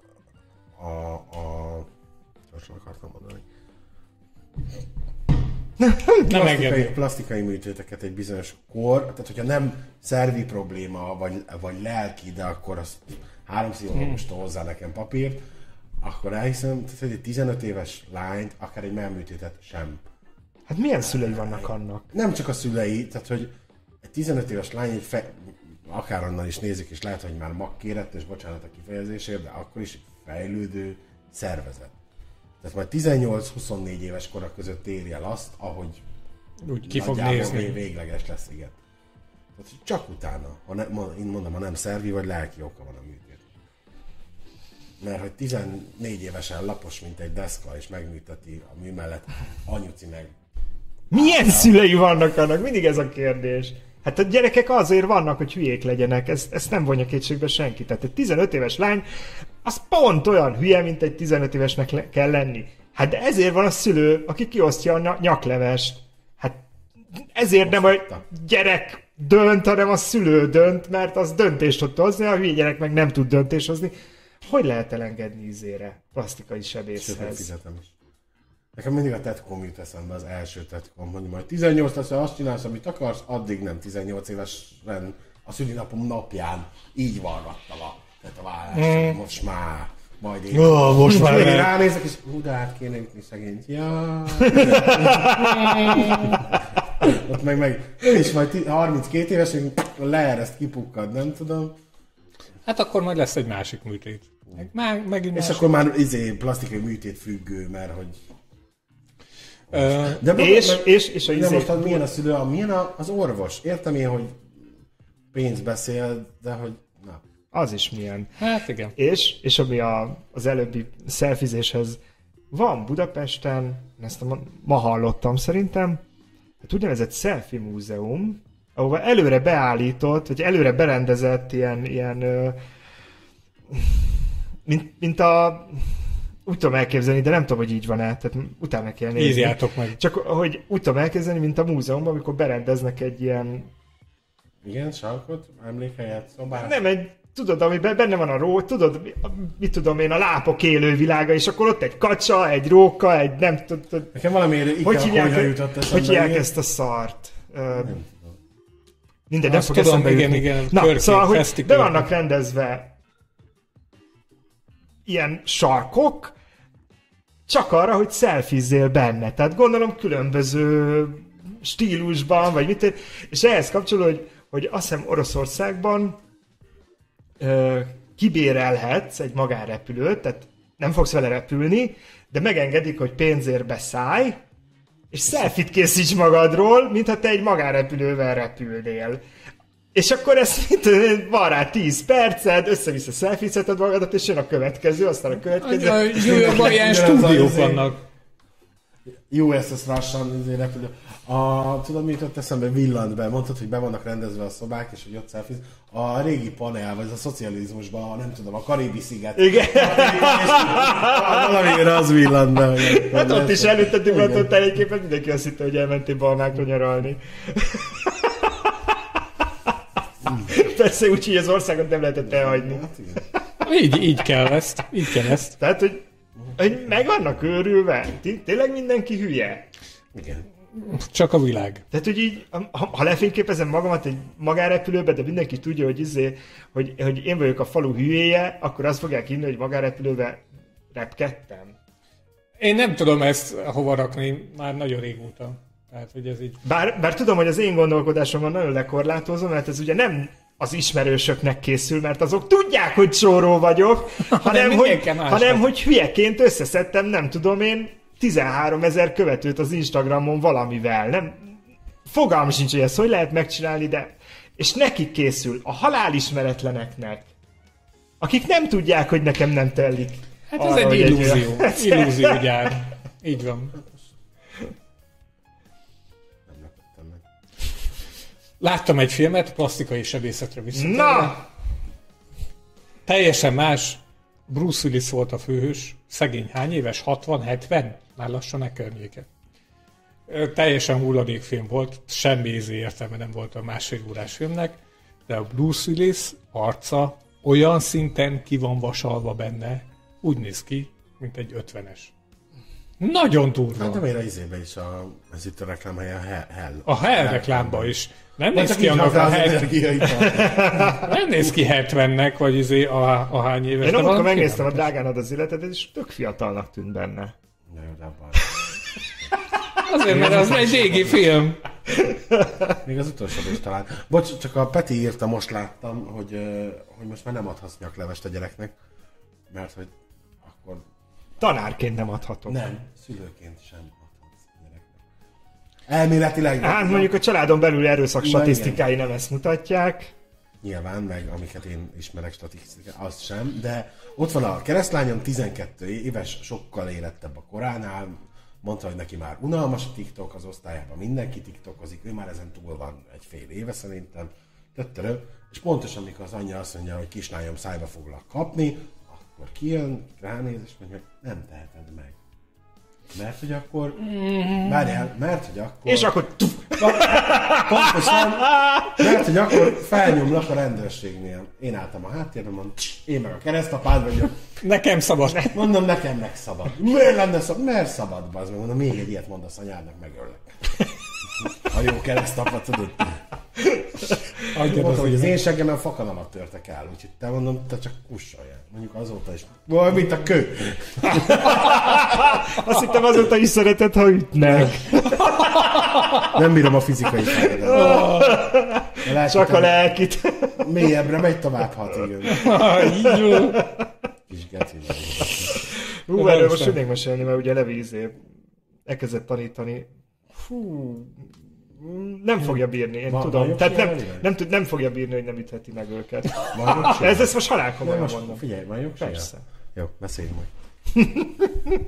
gyorsan akartam mondani. Plastikai műtéteket egy bizonyos kor, tehát hogyha nem szervi probléma, vagy lelki, de akkor azt 3 pszichológustól hozzá nekem papírt, akkor elhiszem, hogy egy 15 éves lányt, akár egy mellműtétet sem. Hát milyen szülei vannak annak? Nem csak a szülei, tehát hogy egy 15 éves lány akár onnan is nézik, és lehet, hogy már makkérett, és bocsánat a kifejezésért, de akkor is egy fejlődő szervezet. Tehát majd 18-24 éves kora között érj el azt, ahogy úgy ki fog nézni. Végleges lesz, igen. Tehát csak utána, én mondom, ha nem szervi vagy lelki oka van a műtét. Mert hogy 14 évesen lapos, mint egy deszka, és megműteti a mű mellett, anyuci meg. Milyen szülei vannak annak? Mindig ez a kérdés. Hát a gyerekek azért vannak, hogy hülyék legyenek, ezt nem vonja kétségbe senki. Tehát egy 15 éves lány, az pont olyan hülye, mint egy 15 évesnek kell lenni. Hát de ezért van a szülő, aki kiosztja a nyaklevest. Hát ezért nem a gyerek dönt, hanem a szülő dönt, mert az döntést tud hozni, a hülye gyerek meg nem tud döntést hozni. Hogy lehet elengedni izére plastikai sebészhez? Fizetem is. Nekem mindig a tetkom jut eszembe, az első tetkom, hogy majd 18 lesz, azt csinálsz, amit akarsz, addig nem 18 évesen a szülinapom napján így varrattam a vállást, most már majd én. Most már én ránézek, és de át kéne ütni szegényt. Ja. Ott meg ő is majd 32 éves, hogy leereszt, kipukkad, nem tudom. Hát akkor majd lesz egy másik műtét. Megint és akkor már plastikai műtét függő, mert hogy És a most milyen a szülő, milyen az orvos? Értem én, hogy pénz beszél, de hogy na. Az is milyen. Hát igen. És ami az előbbi szelfizéshez van Budapesten, ezt ma hallottam szerintem, hát úgynevezett selfie múzeum, ahova előre beállított, vagy előre berendezett ilyen mint a... Úgy tudom elképzelni, de nem tudom, hogy így van-e, tehát utána kell nézni. Írjátok meg. Csak hogy úgy tudom elképzelni, mint a múzeumban, amikor berendeznek egy ilyen... Igen, sarkot, emlékhelyet, szobát. Nem, tudod, ami benne van a tudod, mit tudom én, a lápok élővilága, és akkor ott egy kacsa, egy róka, egy nem tudom... Nekem valamiért jutott eszembe. Hogy hívják ezt a szart? Nem tudom. Minden, nem fog eszembe jutni. Igen, na, szóval, hogy be vannak rendezve ilyen sarkok, csak arra, hogy szelfizzél benne. Tehát gondolom különböző stílusban, vagy mit, és ehhez kapcsolódó, hogy azt hiszem Oroszországban kibérelhetsz egy magánrepülőt, tehát nem fogsz vele repülni, de megengedik, hogy pénzért beszállj, és szelfit készíts magadról, mintha te egy magánrepülővel repülnél. És akkor ezt van rá 10 perced, össze-vissza szelfizheted magadat, és jön a következő, aztán a következő. Jó, ilyen stúdiók vannak. USS Russian repülő. Tudod, mi jutott eszembe? Villant be. Mondtad, hogy be vannak rendezve a szobák, és hogy ott szelfiz. A régi panel, vagy a szocializmusban, nem tudom, a Karibi-sziget. Igen. Valamire az villant be. Hát ott is előttettük, mert ott elégképpen mindenki azt hitte, hogy elmentél Balmákra nyaralni. Persze úgy, hogy az országot nem lehetett elhagyni. Így kell ezt. Tehát, hogy meg vannak őrülve. Tényleg mindenki hülye? Igen. Csak a világ. Tehát, hogy így, ha lefényképezem magamat egy magánrepülőbe, de mindenki tudja, hogy én vagyok a falu hülyéje, akkor azt fogják hinni, hogy magánrepülőbe repkedtem. Én nem tudom ezt hova rakni már nagyon régóta. Tehát, hogy ez így... Bár tudom, hogy az én gondolkodásomban nagyon lekorlátozom, mert ez ugye nem az ismerősöknek készül, mert azok tudják, hogy csóró vagyok, hanem hogy hülyeként összeszedtem, nem tudom én, 13 000 követőt az Instagramon valamivel. Nem, fogalmam sincs, hogy ezt hogy lehet megcsinálni, de... És nekik készül, a halálismeretleneknek, akik nem tudják, hogy nekem nem tellik. Hát ez egy illúzió. Illúziógyár. Így van. Láttam egy filmet, plastikai sebészetre visszatérve. Na! Teljesen más. Bruce Willis volt a főhős. Szegény hány éves? 60-70? Már lassan e környéke. Teljesen hulladékfilm volt. Semmi értelme nem volt a másfél órás filmnek. De a Bruce Willis arca olyan szinten ki van vasalva benne, úgy néz ki, mint egy 50-es. Nagyon durva. Hát de miért az izébe is ez itt a reklámhelye, a Hell. A Hell reklámba is. Nem néz ki annak a 70... Nem néz ki 70-nek, vagy a hány éves. Én amikor megnéztem a Drágán ad az életed, és tök fiatalnak tűnt benne. Azért, mert az egy régi film. Még az utolsó is talán. Bocs, csak a Peti írta, most láttam, hogy most már nem adhatsz nyaklevest a gyereknek, mert hogy akkor... Tanárként nem adhatok. Nem, szülőként sem adhatsz a gyereknek. Elméletileg... Hát mondjuk a családon belül erőszak statisztikái nem ezt mutatják. Nyilván, meg amiket én ismerek statisztikát, az sem, de ott van a keresztlányom, 12 éves, sokkal érettebb a koránál, mondta, hogy neki már unalmas a TikTok, az osztályában mindenki TikTokozik, ő már ezen túl van egy fél éve szerintem, és pontosan amikor az anyja azt mondja, hogy kislányom szájba foglak kapni, akkor kijön, ránéz, és mondja, hogy nem teheted meg. Mert hogy akkor... Várjál, mert hogy akkor... És akkor... Pontosan, mert hogy akkor felnyomlak a rendőrségnél. Én álltam a háttérben, mondom, én meg a keresztapád vagyok. Nekem szabad. Mondom, nekem meg szabad. Miért lenne szabad? Mert szabad, bazd meg. Mondom, még egy ilyet mondasz anyádnak, megöllek. A jó keresztapa, tudod? Mondom, hogy az én seggemen fakanamat törtek el, úgyhogy te mondom, te csak kussoljál. Mondjuk azóta is. Vaj, mint a kő. Azt hittem azóta is szereted, ha ütnek. Nem bírom a fizikai fájdalmat. Csak a lelkit. Mélyebbre megy tovább, hát igen. Kis geci. Erről most tudnék mesélni, mert ugye Levi elkezdett tanítani, nem fogja bírni, én tudom. Tehát nem fogja bírni, hogy nem ütheti meg őket. Ezt most halálkomolyan mondom. Figyelj, van jogsia? Persze. Jó, beszéljünk majd.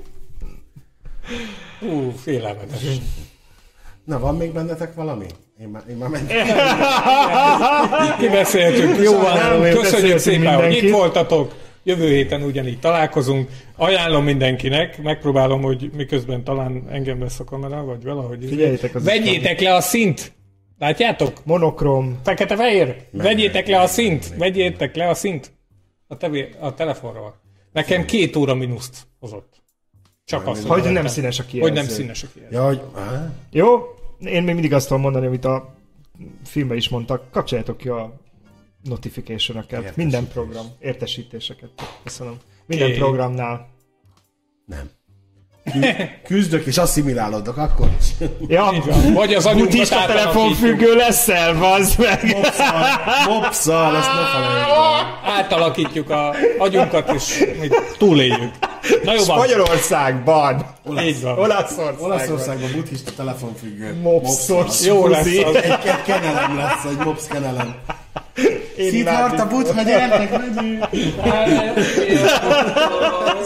Félelmetes. Na, van még bennetek valami? Én már mentem. Kibeszéltünk, jó van, köszönjük szépen, hogy itt voltatok. Jövő héten ugyanígy találkozunk. Ajánlom mindenkinek, megpróbálom, hogy miközben talán engem lesz a kamera, vagy valahogy. Figyeljétek az vegyétek le a szint! Látjátok? Monokrom. Fekete-fehér? Vegyétek le a szint! Vegyétek le a szint! A telefonról. Nekem 2 óra mínuszt hozott. Csak azt hogy nem színes a kijelző. Hogy nem színes a kijelző. Ja, hogy... Jó, én még mindig azt tudom mondani, amit a filmben is mondtak, kapcsoljátok ki a notification-öket, minden program, értesítéseket. Köszönöm. Minden programnál. Nem. Küzdök és asszimilálódok akkor is. Ja, vagy az anyunkat buddhista telefonfüggő leszel, bazd meg! Mopszal, ezt ne felejtsd. Átalakítjuk a agyunkat, és túléljük. Na jó van. Magyarországban. Így van. Olaszországban buddhista telefonfüggő. Mopszos. Jó lesz. Egy kenelem lesz, egy mopsz kenelem. Szidharta Buddha, gyertek, megyünk!